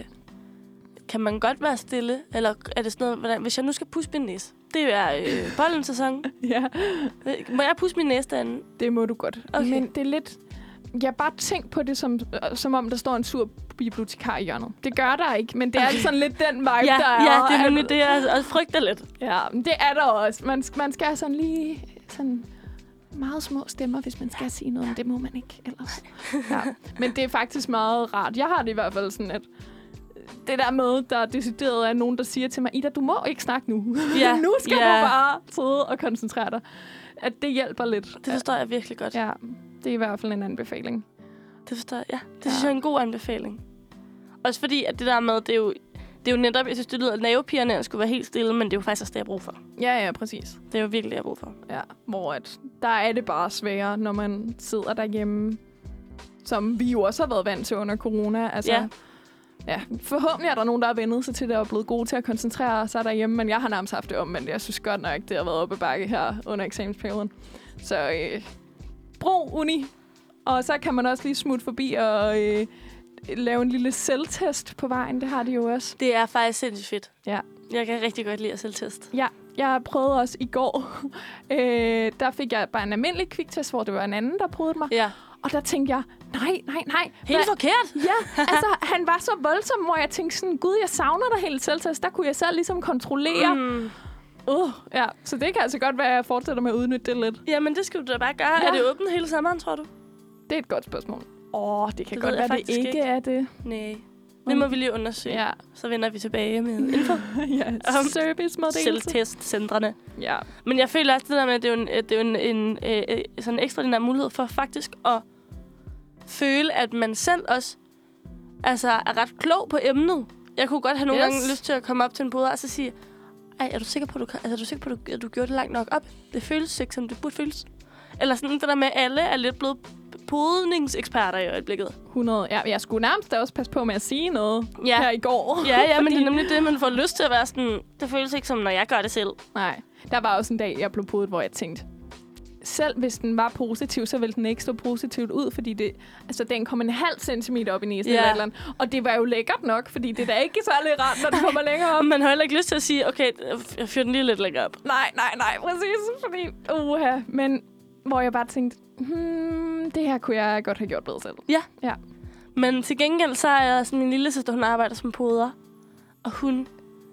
kan man godt være stille? Eller er det sådan noget... Hvis jeg nu skal pusse min næse... Det er pollensæson. Ja. Må jeg pusse min næse derinde? Det må du godt. Okay. Men det er lidt... Jeg har bare tænkt på det, som om der står en sur bibliotekar i hjørnet. Det gør der ikke, men det er sådan lidt den vibe, der er. Ja, det er nemlig det, jeg frygter lidt. Ja, men det er der også. Man skal sådan lige... Sådan meget små stemmer, hvis man skal sige noget, men det må man ikke ellers. Ja. Men det er faktisk meget rart. Jeg har det i hvert fald sådan, at det der med, der er decideret af nogen, der siger til mig, Ida, du må ikke snakke nu. Ja. Nu skal du bare sidde og koncentrere dig. At det hjælper lidt. Det forstår jeg virkelig godt. Ja, det er i hvert fald en anbefaling. Det forstår jeg. Ja, det synes jeg er en god anbefaling. Også fordi, at det der med, det er jo netop, jeg synes, det lyder, at nervepigerne skulle være helt stille, men det er jo faktisk også det, jeg har brug for. Ja, præcis. Det er jo virkelig det, jeg har brug for. Ja, hvor der er det bare sværere, når man sidder derhjemme, som vi jo også har været vant til under corona. Altså, ja, forhåbentlig er der nogen, der har vendet sig til det og er blevet gode til at koncentrere sig derhjemme, men jeg har nærmest haft det omvendt. Jeg synes godt nok, det har været oppe ad bakke her under eksamensperioden. Så brug uni, og så kan man også lige smutte forbi og lave en lille selvtest på vejen. Det har de jo også. Det er faktisk sindssygt fedt. Ja. Jeg kan rigtig godt lide at selvtest. Ja, jeg prøvede også i går. Der fik jeg bare en almindelig kviktest, hvor det var en anden, der prøvede mig. Ja. Og der tænkte jeg, nej. Helt forkert? Ja, altså han var så voldsom, hvor jeg tænkte sådan, gud, jeg savner dig helt selvtest. Der kunne jeg selv ligesom kontrollere. Ja, så det kan altså godt være, at jeg fortsætter med at udnytte det lidt. Jamen, det skal du da bare gøre. Ja. Er det åbent hele sommeren, tror du? Det er et godt spørgsmål. Det kan godt være, det ikke er det. Nej. Det må vi lige undersøge. Ja. Så vender vi tilbage med info. Service-meddelelse. Selvtestcentrene. Ja. Men jeg føler også det der med, at det er jo en sådan ekstraordinær mulighed for faktisk at føle, at man selv også er ret klog på emnet. Jeg kunne godt have nogle gange lyst til at komme op til en poder og så sige, er du sikker på, at du gjorde det langt nok op? Det føles ikke, som det burde føles. Eller sådan det der med, at alle er lidt blevet podningseksperter i øjeblikket. 100. Ja, jeg skulle nærmest også passe på med at sige noget her i går. Ja, men det er nemlig det, man får lyst til at være sådan, det føles ikke som, når jeg gør det selv. Nej, der var også en dag, jeg blev podet, hvor jeg tænkte, selv hvis den var positiv, så ville den ikke stå positivt ud, fordi den kom 0,5 centimeter op i næsen eller et eller andet. Og det var jo lækkert nok, fordi det er da ikke særlig rart, når det kommer længere op. Man har heller ikke lyst til at sige, okay, jeg fyrer den lige lidt længere op. Nej, præcis. Fordi, men hvor jeg bare tænkte, det her kunne jeg godt have gjort bedre selv. Ja. Men til gengæld, så er jeg sådan, min lille søster, hun arbejder som poder. Og hun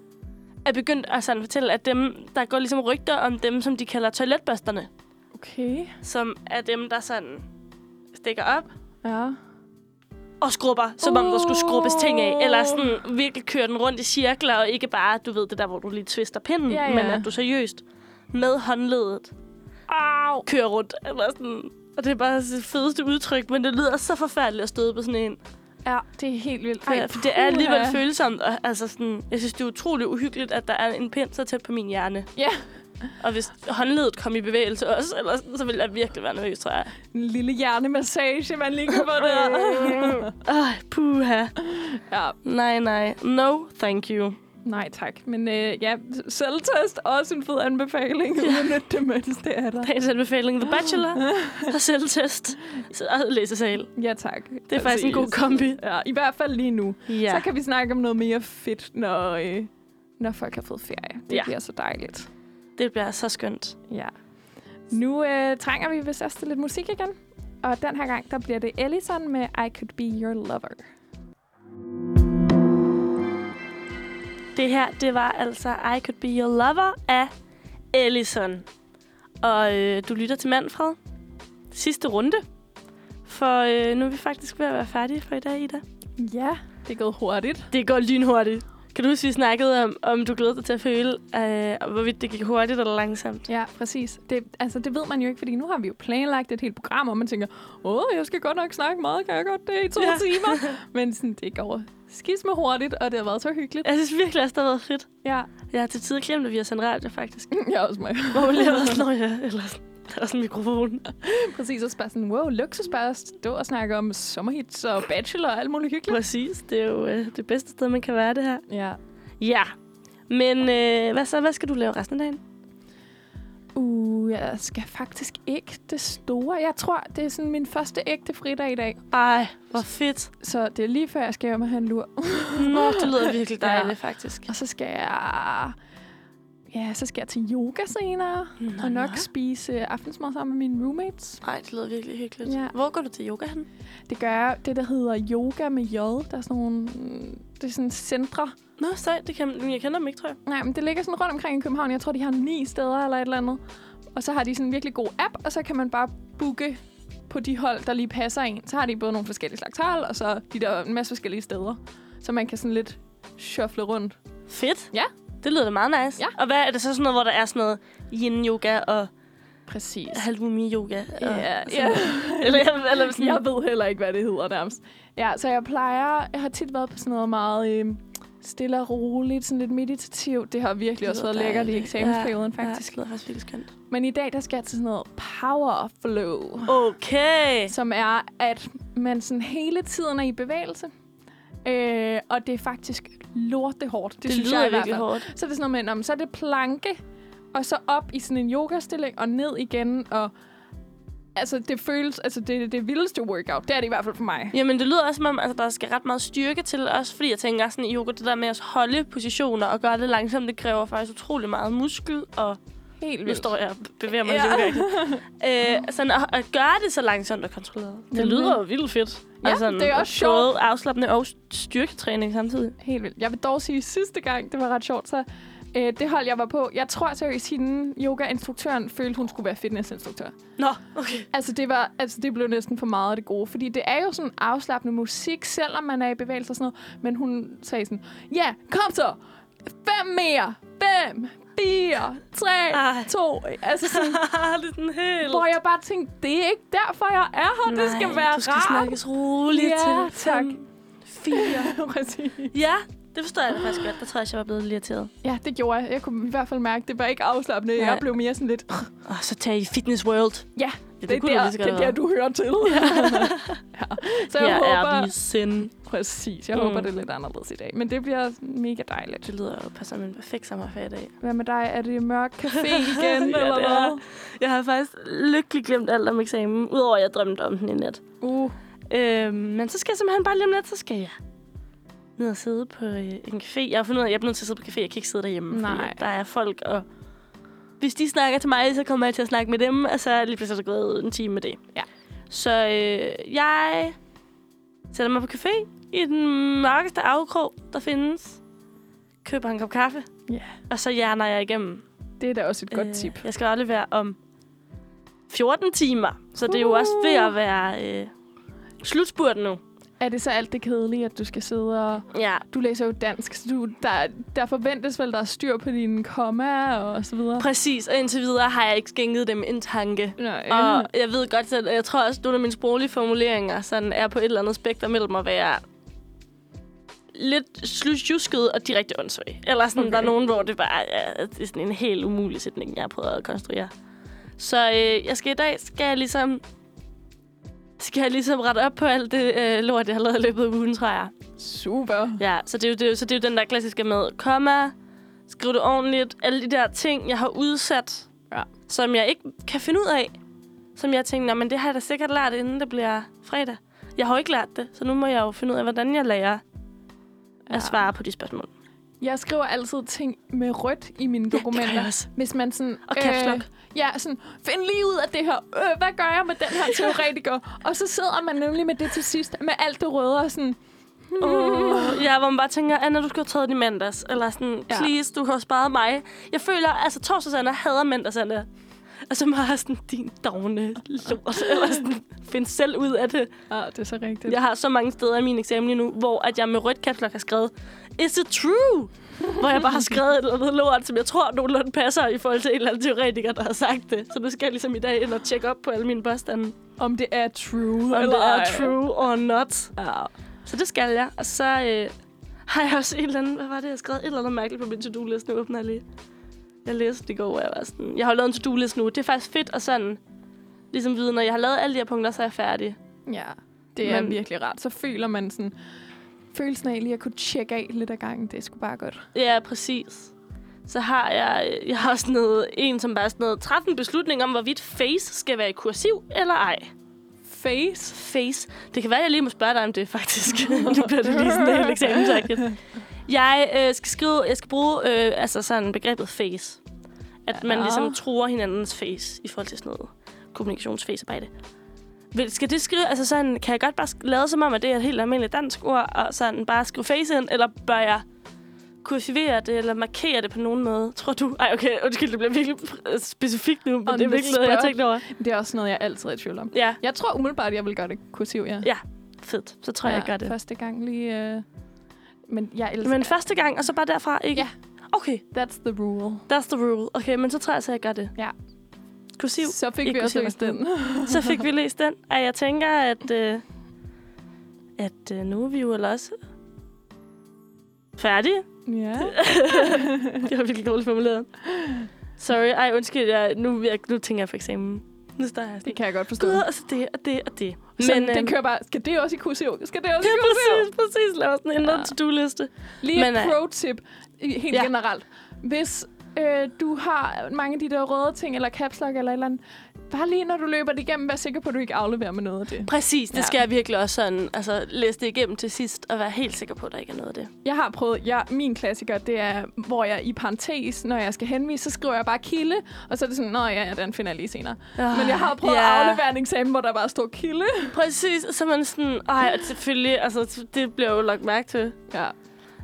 er begyndt at fortælle, at dem, der går ligesom rygter om dem, som de kalder toiletbørsterne. Okay. Som er dem, der sådan stikker op. Ja. Og skrubber, som om der skulle skrubbes ting af. Eller sådan virkelig kører den rundt i cirkler, og ikke bare, du ved, det der, hvor du lige twister pinden. Men at du seriøst med håndledet kører rundt. Eller sådan. Og det er bare det fedeste udtryk, men det lyder så forfærdeligt at støde på sådan en. Ja, det er helt vildt. For det er alligevel følsomt. Og, jeg synes, det er utroligt uhyggeligt, at der er en pind så tæt på min hjerne. Ja. Og hvis håndledet kom i bevægelse også, eller sådan, så ville jeg virkelig være nervøs, tror jeg. En lille hjernemassage, man lige kan få der. Puha. Ja. Nej. No, thank you. Nej, tak. Men selvtest også en fed anbefaling. Uden det mindste det er der. Dagens anbefaling, The Bachelor og selvtest og læsesal. Ja, tak. Det er faktisk en god kombi. Ja, i hvert fald lige nu. Ja. Så kan vi snakke om noget mere fedt, når folk har fået ferie. Det bliver så dejligt. Det bliver så skønt. Ja. Nu trænger vi vist også til lidt musik igen. Og den her gang, der bliver det Ellison med I Could Be Your Lover. Det her, det var altså I Could Be Your Lover af Ellison. Og du lytter til Manfred. Sidste runde. For nu er vi faktisk ved at være færdige for i dag, Ida. Ja, det er gået hurtigt. Det går lynhurtigt. Kan du huske, vi snakkede om du glæder dig til at føle, hvorvidt det gik hurtigt eller langsomt? Ja, præcis. Det ved man jo ikke, fordi nu har vi jo planlagt et helt program, og man tænker, jeg skal godt nok snakke meget, kan jeg godt det i 2 timer? Men sådan, det går skisme hurtigt, og det har været så hyggeligt. Jeg synes virkelig, at det har været fedt. Ja. Jeg har til tider glemt, at vi har sendt radio, faktisk. Jeg også mig. Hvor man lige har været sådan, eller der er sådan en mikrofon. Præcis, og så bare sådan, luksus bare at stå og snakke om sommerhits og bachelor og alt muligt hyggeligt. Præcis, det er jo det bedste sted, man kan være det her. Ja. Ja, men hvad skal du lave resten af dagen? Jeg skal faktisk ikke det store. Jeg tror, det er sådan min første ægte fridag i dag. Ej, hvor fedt. Så det er lige før, jeg skal hjem og have en lur. Nå, det lyder virkelig dejligt, faktisk. Og så skal jeg til yoga senere, og nok spise aftensmad sammen med mine roommates. Nej, det lyder virkelig hyggeligt. Ja. Hvor går du til yoga hen? Det gør jeg, det der hedder yoga med J. Der er sådan nogle, det er sådan centre. Nå, sejt, jeg kender dem ikke, tror jeg. Nej, men det ligger sådan rundt omkring i København. Jeg tror, de har 9 steder eller et eller andet. Og så har de sådan en virkelig god app, og så kan man bare booke på de hold, der lige passer en. Så har de både nogle forskellige slags hold, og så de der en masse forskellige steder. Så man kan sådan lidt shuffle rundt. Fedt. Ja. Det lyder da meget nice. Ja. Og hvad er det så sådan noget, hvor der er sådan noget yin-yoga og præcis halvumi-yoga? Ja. Eller sådan. Jeg ved heller ikke, hvad det hedder nærmest. Ja, så jeg har tit været på sådan noget meget stille og roligt, sådan lidt meditativt. Det har virkelig også været lækkert i eksamensperioden, faktisk. Ja, det lyder faktisk virkelig skønt. Men i dag, der skal jeg til sådan noget power flow. Okay. Som er, at man sådan hele tiden er i bevægelse. Og det er faktisk lortehårdt. Det synes lyder jeg virkelig hårdt. Så er det sådan noget med, så er det planke, og så op i sådan en yogastilling, og ned igen, og altså, det føles, det vildeste workout. Det er det i hvert fald for mig. Jamen, det lyder også som om, der skal ret meget styrke til, også fordi jeg tænker sådan i yoga, det der med at holde positioner og gøre det langsomt, det kræver faktisk utrolig meget muskel, og helt vildt. Nu står jeg og bevæger mig yoga. Sådan at gøre det så langsomt og kontrolleret. Det lyder jo vildt fedt. Ja, altså, det er også sjovt. Både afslappende og styrketræning samtidig. Helt vildt. Jeg vil dog sige, sidste gang, det var ret sjovt, så Det hold, jeg var på. Jeg tror seriøst, hende yoga-instruktøren følte, hun skulle være fitnessinstruktør. Nå, okay. Det blev næsten for meget af det gode. Fordi det er jo sådan afslappende musik, selvom man er i bevægelse og sådan noget. Men hun sagde sådan, ja, kom så! 5 mere! 5, 4, 3, 2. Altså sådan, det er sådan helt... Hvor jeg bare tænkte, det er ikke derfor, jeg er her. Nej, det skal være rart. Du skal snakkes roligt til 5, 4. Præcis. Ja, det forstår jeg faktisk godt. Der tror jeg var blevet lidt irriteret. Ja, det gjorde jeg. Jeg kunne i hvert fald mærke, det var ikke afslappende. Jeg blev mere sådan lidt... Så tag i Fitness World. Ja, det er der, du hører til. Ja. Så jeg håber... Sind. Præcis. Jeg håber, det er lidt anderledes i dag. Men det bliver mega dejligt. Det lyder jo passer med en perfekt sommerferie i dag. Hvad med dig? Er det mørk café igen, eller hvad? Jeg har faktisk lykkelig glemt alt om eksamen, udover at jeg drømte om den i nat. Men så skal jeg simpelthen bare lige om lidt, så skal jeg ned og sidde på en café. Jeg har fundet ud af, at jeg er nødt til at sidde på café. Jeg kan ikke sidde derhjemme, fordi der er folk, og hvis de snakker til mig, så kommer jeg til at snakke med dem, og så er lige pludselig gået en time med det. Ja. Så jeg sætter mig på café i den mørkeste afkrog, der findes. Køber en kop kaffe, og så hjerner jeg igennem. Det er da også et godt tip. Jeg skal aflevere om 14 timer, så det er jo også ved at være slutspurten nu. Er det så alt det kedelige, at du skal sidde og... Ja. Du læser jo dansk, så der forventes vel, der er styr på dine komma og så videre. Præcis, og indtil videre har jeg ikke skænket dem en tanke. Og jeg ved godt, at jeg tror også, at nogle af mine sproglige formuleringer sådan er på et eller andet spekter mellem at være lidt slutjusket og direkte åndssvagt. Eller sådan, der er nogen, hvor det bare det er sådan en helt umulig sætning, jeg har prøvet at konstruere. Så jeg skal ligesom rette op på alt det lort, jeg har lavet i løbet af ugen, tror jeg. Super. Ja, så det er jo den der klassiske med komma, skriv det ordentligt, alle de der ting, jeg har udsat, som jeg ikke kan finde ud af. Som jeg tænkte, men det har jeg da sikkert lært, inden det bliver fredag. Jeg har jo ikke lært det, så nu må jeg jo finde ud af, hvordan jeg lærer at svare på de spørgsmål. Jeg skriver altid ting med rødt i mine dokumenter. Ja, det hvis man sådan... Og caps lock. Ja, sådan, find lige ud af det her. Hvad gør jeg med den her teoretiker? Og så sidder man nemlig med det til sidst, med alt det røde og sådan... Ja, hvor man bare tænker, Anna, du skal have taget det i mandags. Eller sådan, please, du har sparet mig. Jeg føler, altså torsdags Anna hader mandags Anna. Og så må jeg have sådan, din dogne lort. Eller sådan, find selv ud af det. Ja, det er så rigtigt. Jeg har så mange steder i min eksamen lige nu, hvor at jeg med rødt caps lock har skrevet, is it true? Hvor jeg bare har skrevet et eller andet lort, som jeg tror nogenlunde passer i forhold til en eller anden teoretiker, der har sagt det. Så nu skal jeg ligesom i dag ind og tjekke op på alle mine påstande. Om det er true. Om det er true or not. Ja. Så det skal jeg. Og så har jeg også en eller anden... Hvad var det, jeg skrev? Et eller andet mærkeligt på min to-do-liste. Nu åbner jeg lige. Jeg læste det i går, hvor jeg var sådan... Jeg har jo lavet en to-do-liste nu. Det er faktisk fedt og sådan... Ligesom vide, når jeg har lavet alle de her punkter, så er jeg færdig. Ja, det er virkelig rart. Så føler man sådan... Følelsen af lige at kunne tjekke af lidt af gangen, det er sgu bare godt. Ja, præcis. Så har jeg har også en, som bare sådan noget, træffe en beslutning om, hvorvidt face skal være i kursiv eller ej. Face. Det kan være, jeg lige må spørge dig om det, faktisk. Nu bliver det lige sådan helt eksamensagtigt. Jeg skal bruge sådan begrebet face. At man ligesom truer hinandens face i forhold til sådan noget kommunikationsfacearbejde. Skal det skrive, altså sådan, kan jeg godt bare lade som om, at det er et helt almindeligt dansk ord, og sådan bare skrive face ind, eller bør jeg kursivere det, eller markere det på nogen måde? Tror du? Ej, okay, undskyld, det bliver virkelig specifikt nu, men det er virkelig noget, jeg har tænkt over. Det er også noget, jeg altid er i tvivl om. Ja. Jeg tror umiddelbart, at jeg vil gøre det kursiv, ja. Ja, fedt. Så tror jeg gør det. Første gang lige... Men jeg elsker... Men første gang, og så bare derfra, ikke? Ja. Okay. That's the rule. That's the rule. Okay, men så tror jeg, at jeg gør det. Ja. Kursiv. Så fik vi også læst den. Så fik vi læst den. Og jeg tænker, at nu er vi jo også færdige. Ja. Det var virkelig dårligt formuleret. Sorry. Ej, undskyld. Nu tænker jeg på eksamen. Nu står jeg sådan. Det kan jeg godt forstå. Gud, altså det og det og det. Men den kører bare, skal det også i kursiv? Skal det også i kursiv? Præcis. Lav sådan en to-do-liste. Lige et pro-tip helt generelt. Hvis du har mange af de der røde ting, eller caps lock eller et eller andet, bare lige når du løber det igennem, vær sikker på, at du ikke afleverer med noget af det. Præcis, det skal jeg virkelig også sådan, altså læse det igennem til sidst, og være helt sikker på, at der ikke er noget af det. Jeg har prøvet, min klassiker, det er, hvor jeg i parentes, når jeg skal henvise, så skriver jeg bare kilde, og så er det sådan, den finder jeg lige senere. Men jeg har prøvet at aflevere en eksamen, hvor der bare står kilde. Præcis, så man sådan, selvfølgelig, altså det bliver jo lagt mærke til. Ja.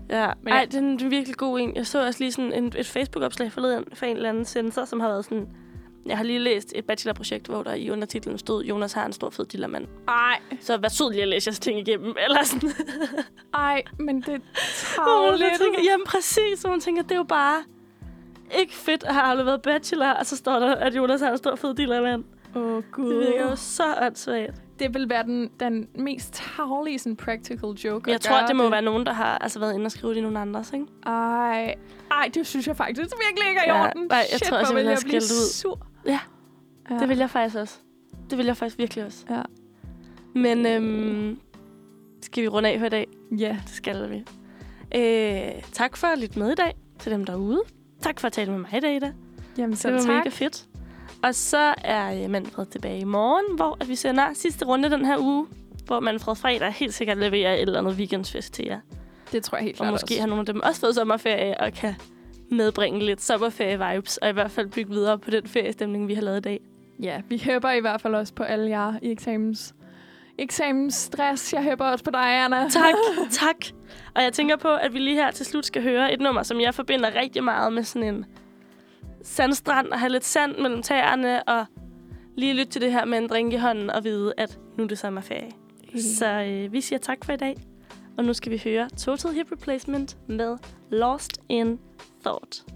Ja, men det er en virkelig god en. Jeg så også lige sådan et Facebook-opslag forleden for en eller anden sensor, som har været sådan... Jeg har lige læst et bachelorprojekt, hvor der i undertitlen stod, Jonas har en stor fed dillermand. Ej. Så vær sød lige at læse jeres ting igennem, eller sådan. Ej, men det er tavligt. Jamen præcis, så man tænker, det er jo bare ikke fedt at have afleveret bachelor, og så står der, at Jonas har en stor fed dillermand. Gud. Det virker jo så åndssvagt. Det vil være den mest tavlige sådan practical joke. Jeg tror, det må være nogen, der har været inde og skrive det i nogen andres, ikke? Ej, det synes jeg faktisk virkelig ikke er i orden. Nej, jeg tror også, jeg vil have skældt ud. Sur. Ja, det vil jeg faktisk også. Det vil jeg faktisk virkelig også. Ja. Men skal vi runde af for i dag? Ja. Det skal vi. Tak for at lytte med i dag til dem derude. Tak for at tale med mig i dag, Ida. Jamen, det var mega fedt. Og så er Manfred tilbage i morgen, hvor vi sender sidste runde den her uge, hvor Manfred fredag helt sikkert leverer et eller andet weekendsfest til jer. Det tror jeg helt klart. Og måske har nogle af dem også fået sommerferie og kan medbringe lidt sommerferie-vibes, og i hvert fald bygge videre på den feriestemning, vi har lavet i dag. Ja, vi håber i hvert fald også på alle jer i eksamensstress. Jeg håber også på dig, Anna. Tak. Og jeg tænker på, at vi lige her til slut skal høre et nummer, som jeg forbinder rigtig meget med sådan en sandstrand og have lidt sand mellem tæerne og lige lytte til det her med en drink i hånden og vide, at nu er det sommerferie. Så vi siger tak for i dag. Og nu skal vi høre Total Hip Replacement med Lost in Thought.